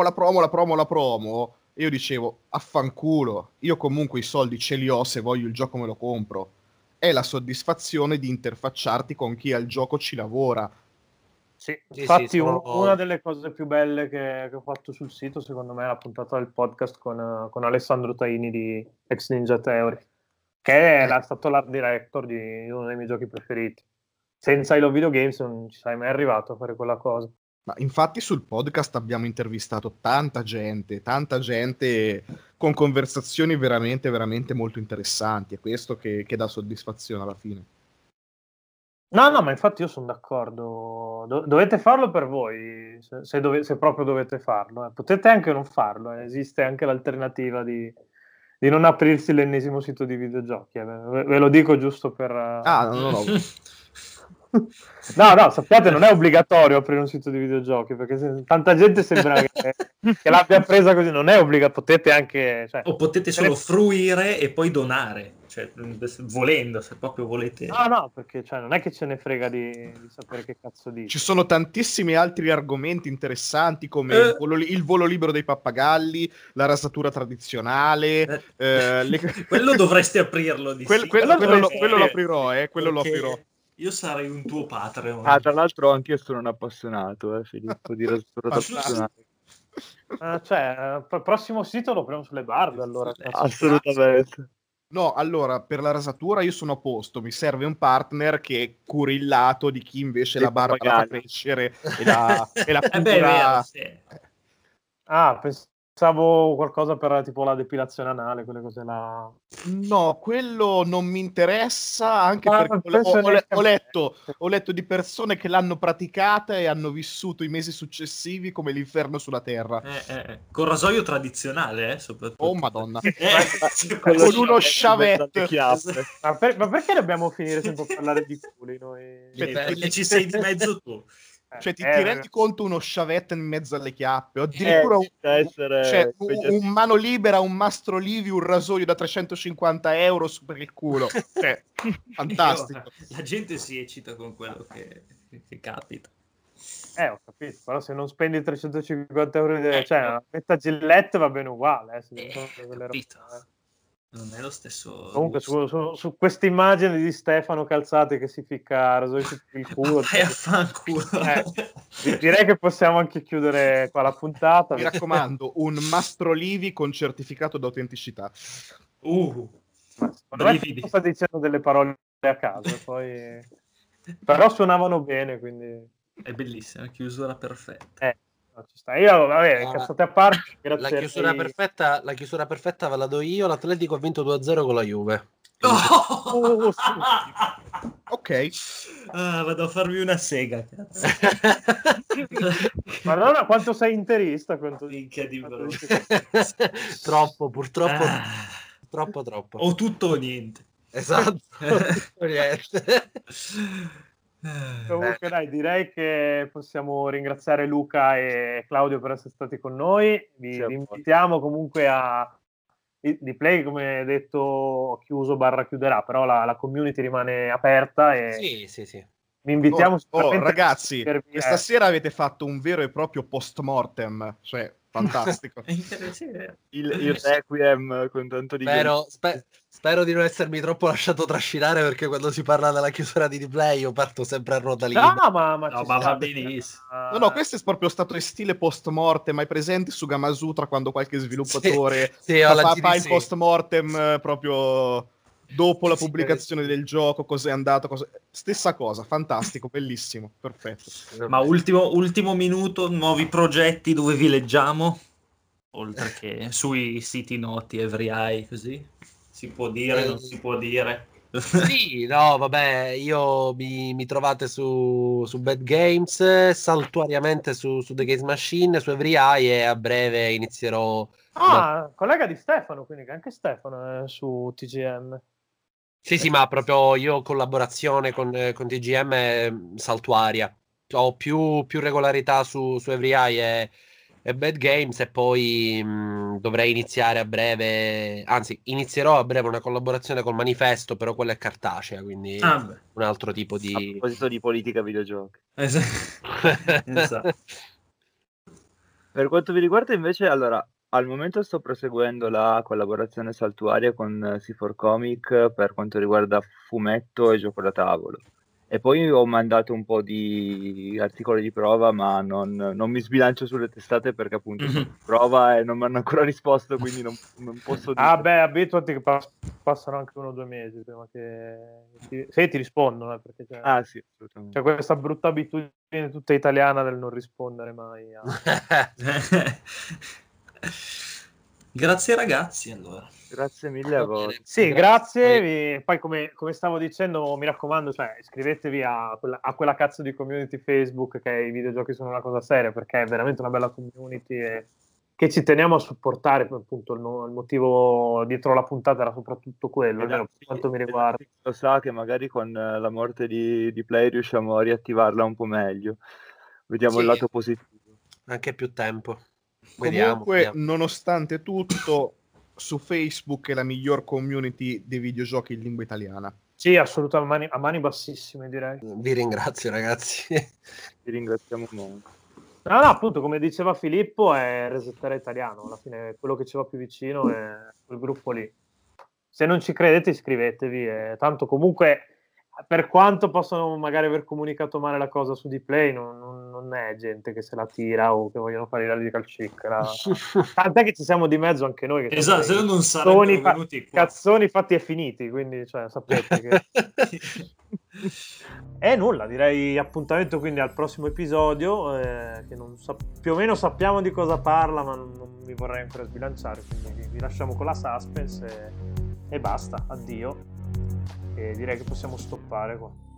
[SPEAKER 8] io dicevo, affanculo, io comunque i soldi ce li ho, se voglio il gioco me lo compro. È la soddisfazione di interfacciarti con chi al gioco ci lavora.
[SPEAKER 2] Sì,
[SPEAKER 3] Sì,
[SPEAKER 2] infatti
[SPEAKER 3] sì, sono-
[SPEAKER 2] una delle cose più belle che ho fatto sul sito, secondo me, è la puntata del podcast con Alessandro Taini di Ex Ninja Theory, che è stato l'art director di uno dei miei giochi preferiti. Senza i Love Video Games non ci sarei mai arrivato a fare quella cosa.
[SPEAKER 8] Ma infatti sul podcast abbiamo intervistato tanta gente con conversazioni veramente, veramente molto interessanti. È questo che dà soddisfazione alla fine.
[SPEAKER 2] No, ma infatti io sono d'accordo. Dovete farlo per voi, se proprio dovete farlo. Potete anche non farlo, esiste anche l'alternativa di non aprirsi l'ennesimo sito di videogiochi. Ve lo dico giusto per...
[SPEAKER 8] No.
[SPEAKER 2] No, sappiate, non è obbligatorio aprire un sito di videogiochi, perché tanta gente sembra che l'abbia presa così, non è obbligatorio, potete anche... Cioè,
[SPEAKER 1] O potete solo fruire e poi donare, cioè, volendo, se proprio volete.
[SPEAKER 2] No, perché cioè, non è che ce ne frega di sapere che cazzo dice.
[SPEAKER 8] Ci sono tantissimi altri argomenti interessanti come il volo libero dei pappagalli, la rasatura tradizionale.
[SPEAKER 1] Quello dovresti aprirlo di
[SPEAKER 8] quello lo aprirò, quello lo aprirò.
[SPEAKER 1] Io sarei un tuo Patreon.
[SPEAKER 6] Tra l'altro anch'io sono un appassionato, Filippo, di rasatura tradizionale.
[SPEAKER 2] Prossimo sito lo apriamo sulle barbe, allora.
[SPEAKER 6] Assolutamente.
[SPEAKER 8] No, allora, per la rasatura io sono a posto, mi serve un partner che curi il lato di chi invece la barba la fa crescere e la cura...
[SPEAKER 2] Pensavo qualcosa per tipo la depilazione anale, quelle cose là.
[SPEAKER 8] No, quello non mi interessa, anche perché ho letto di persone che l'hanno praticata e hanno vissuto i mesi successivi come l'inferno sulla terra.
[SPEAKER 1] Con rasoio tradizionale, soprattutto.
[SPEAKER 8] Oh madonna.
[SPEAKER 2] Con
[SPEAKER 8] uno sciavetto.
[SPEAKER 2] Ma perché dobbiamo finire sempre a parlare di culi noi?
[SPEAKER 1] Perché ci sei di mezzo tu.
[SPEAKER 8] Cioè ti rendi conto uno sciavetto in mezzo alle chiappe o addirittura un mano libera, un mastro livi, un rasoio da 350 euro su per il culo, cioè fantastico.
[SPEAKER 1] La gente si eccita con quello che capita.
[SPEAKER 2] Ho capito, però se non spendi 350 euro cioè una metta Gillette va bene uguale,
[SPEAKER 1] capito. Non è lo stesso.
[SPEAKER 2] Comunque su questa immagine di Stefano Calzati che si ficca rasoio su il culo,
[SPEAKER 1] vai a fanculo.
[SPEAKER 2] Direi che possiamo anche chiudere qua la puntata.
[SPEAKER 8] Mi raccomando, un mastro livi con certificato d'autenticità.
[SPEAKER 2] Ma secondo me
[SPEAKER 1] Brividi.
[SPEAKER 2] sta dicendo delle parole a caso, poi... però suonavano bene, quindi...
[SPEAKER 1] È bellissima, è chiusura perfetta.
[SPEAKER 2] No, ci sta. Io, vabbè,
[SPEAKER 3] Ah,
[SPEAKER 2] cazzate a parte,
[SPEAKER 3] La
[SPEAKER 2] grazie
[SPEAKER 3] chiusura perfetta ve la do io. L'Atletico ha vinto 2-0 con la Juve.
[SPEAKER 2] Oh, sì.
[SPEAKER 8] Ok.
[SPEAKER 1] Vado a farmi una sega, cazzo.
[SPEAKER 2] Madonna, quanto sei interista, quanto...
[SPEAKER 1] Minchia di
[SPEAKER 2] quanto
[SPEAKER 1] bro.
[SPEAKER 2] dici-
[SPEAKER 3] Troppo, purtroppo.
[SPEAKER 1] Ah.
[SPEAKER 3] Troppo.
[SPEAKER 1] O tutto o niente.
[SPEAKER 3] Esatto. Niente.
[SPEAKER 2] Comunque dai, direi che possiamo ringraziare Luca e Claudio per essere stati con noi. Vi invitiamo comunque a di Play, come detto, chiuso / chiuderà, però la community rimane aperta e
[SPEAKER 3] Sì.
[SPEAKER 2] vi invitiamo sicuramente
[SPEAKER 8] Ragazzi,
[SPEAKER 2] a iscrivervi,
[SPEAKER 8] questa sera avete fatto un vero e proprio post-mortem, cioè fantastico.
[SPEAKER 6] Il Requiem con tanto di...
[SPEAKER 3] Spero di non essermi troppo lasciato trascinare, perché quando si parla della chiusura di Play io parto sempre a ruota libera.
[SPEAKER 2] No, ma
[SPEAKER 1] No, ma va benissimo.
[SPEAKER 8] No, questo è proprio stato in stile post-mortem. Hai presente su Gamasutra quando qualche sviluppatore fa il post-mortem proprio dopo la pubblicazione del gioco, cos'è andato, stessa cosa, fantastico, bellissimo, perfetto.
[SPEAKER 1] Ma ultimo minuto, nuovi progetti dove vi leggiamo, oltre che sui siti noti Every così, si può dire, non si può dire.
[SPEAKER 3] Sì, no, vabbè, io mi trovate su Bad Games, saltuariamente su The Games Machine, su Every e a breve inizierò...
[SPEAKER 2] collega di Stefano, quindi anche Stefano è su TGM.
[SPEAKER 3] Sì, ma proprio io collaborazione con TGM saltuaria. Ho più regolarità su Every e Bad Games, e poi dovrei iniziare a breve, anzi inizierò a breve una collaborazione col Manifesto, però quella è cartacea, quindi un altro tipo di...
[SPEAKER 6] A proposito di politica videogiochi.
[SPEAKER 1] Esatto.
[SPEAKER 6] Per quanto vi riguarda invece, allora, al momento sto proseguendo la collaborazione saltuaria con C4 Comic per quanto riguarda fumetto e gioco da tavolo. E poi ho mandato un po' di articoli di prova, ma non mi sbilancio sulle testate perché appunto sono in prova e non mi hanno ancora risposto, quindi non posso dire.
[SPEAKER 2] Beh, abituati che passano anche 1 o 2 mesi prima che ti rispondono, perché
[SPEAKER 6] sì, assolutamente.
[SPEAKER 2] C'è questa brutta abitudine tutta italiana del non rispondere mai.
[SPEAKER 1] Grazie ragazzi, allora.
[SPEAKER 6] Grazie mille a voi.
[SPEAKER 2] Sì, grazie. Poi come stavo dicendo, mi raccomando, iscrivetevi a quella cazzo di community Facebook, che i videogiochi sono una cosa seria, perché è veramente una bella community e che ci teniamo a supportare. Appunto il motivo dietro la puntata era soprattutto quello, almeno per quanto mi riguarda.
[SPEAKER 6] Lo sa che magari con la morte di Play riusciamo a riattivarla un po' meglio. Vediamo il lato positivo.
[SPEAKER 3] Anche più tempo.
[SPEAKER 8] Comunque, nonostante tutto, su Facebook è la miglior community dei videogiochi in lingua italiana.
[SPEAKER 2] Sì, assolutamente, a mani bassissime, direi.
[SPEAKER 3] Vi ringrazio, ragazzi.
[SPEAKER 6] Vi ringraziamo molto.
[SPEAKER 2] No, appunto, come diceva Filippo, è Resettare Italiano. Alla fine quello che ci va più vicino è quel gruppo lì. Se non ci credete, iscrivetevi. Tanto comunque, per quanto possono magari aver comunicato male la cosa su Dplay, non è gente che se la tira o che vogliono fare i rally di calcicca. Tant'è che ci siamo di mezzo anche noi. Che
[SPEAKER 1] esatto, se no non sarebbero venuti qua.
[SPEAKER 2] Cazzoni fatti e finiti, quindi sapete che... E nulla, direi appuntamento quindi al prossimo episodio, che più o meno sappiamo di cosa parla, ma non mi vorrei ancora sbilanciare, quindi vi lasciamo con la suspense e basta, addio, e direi che possiamo stoppare qua.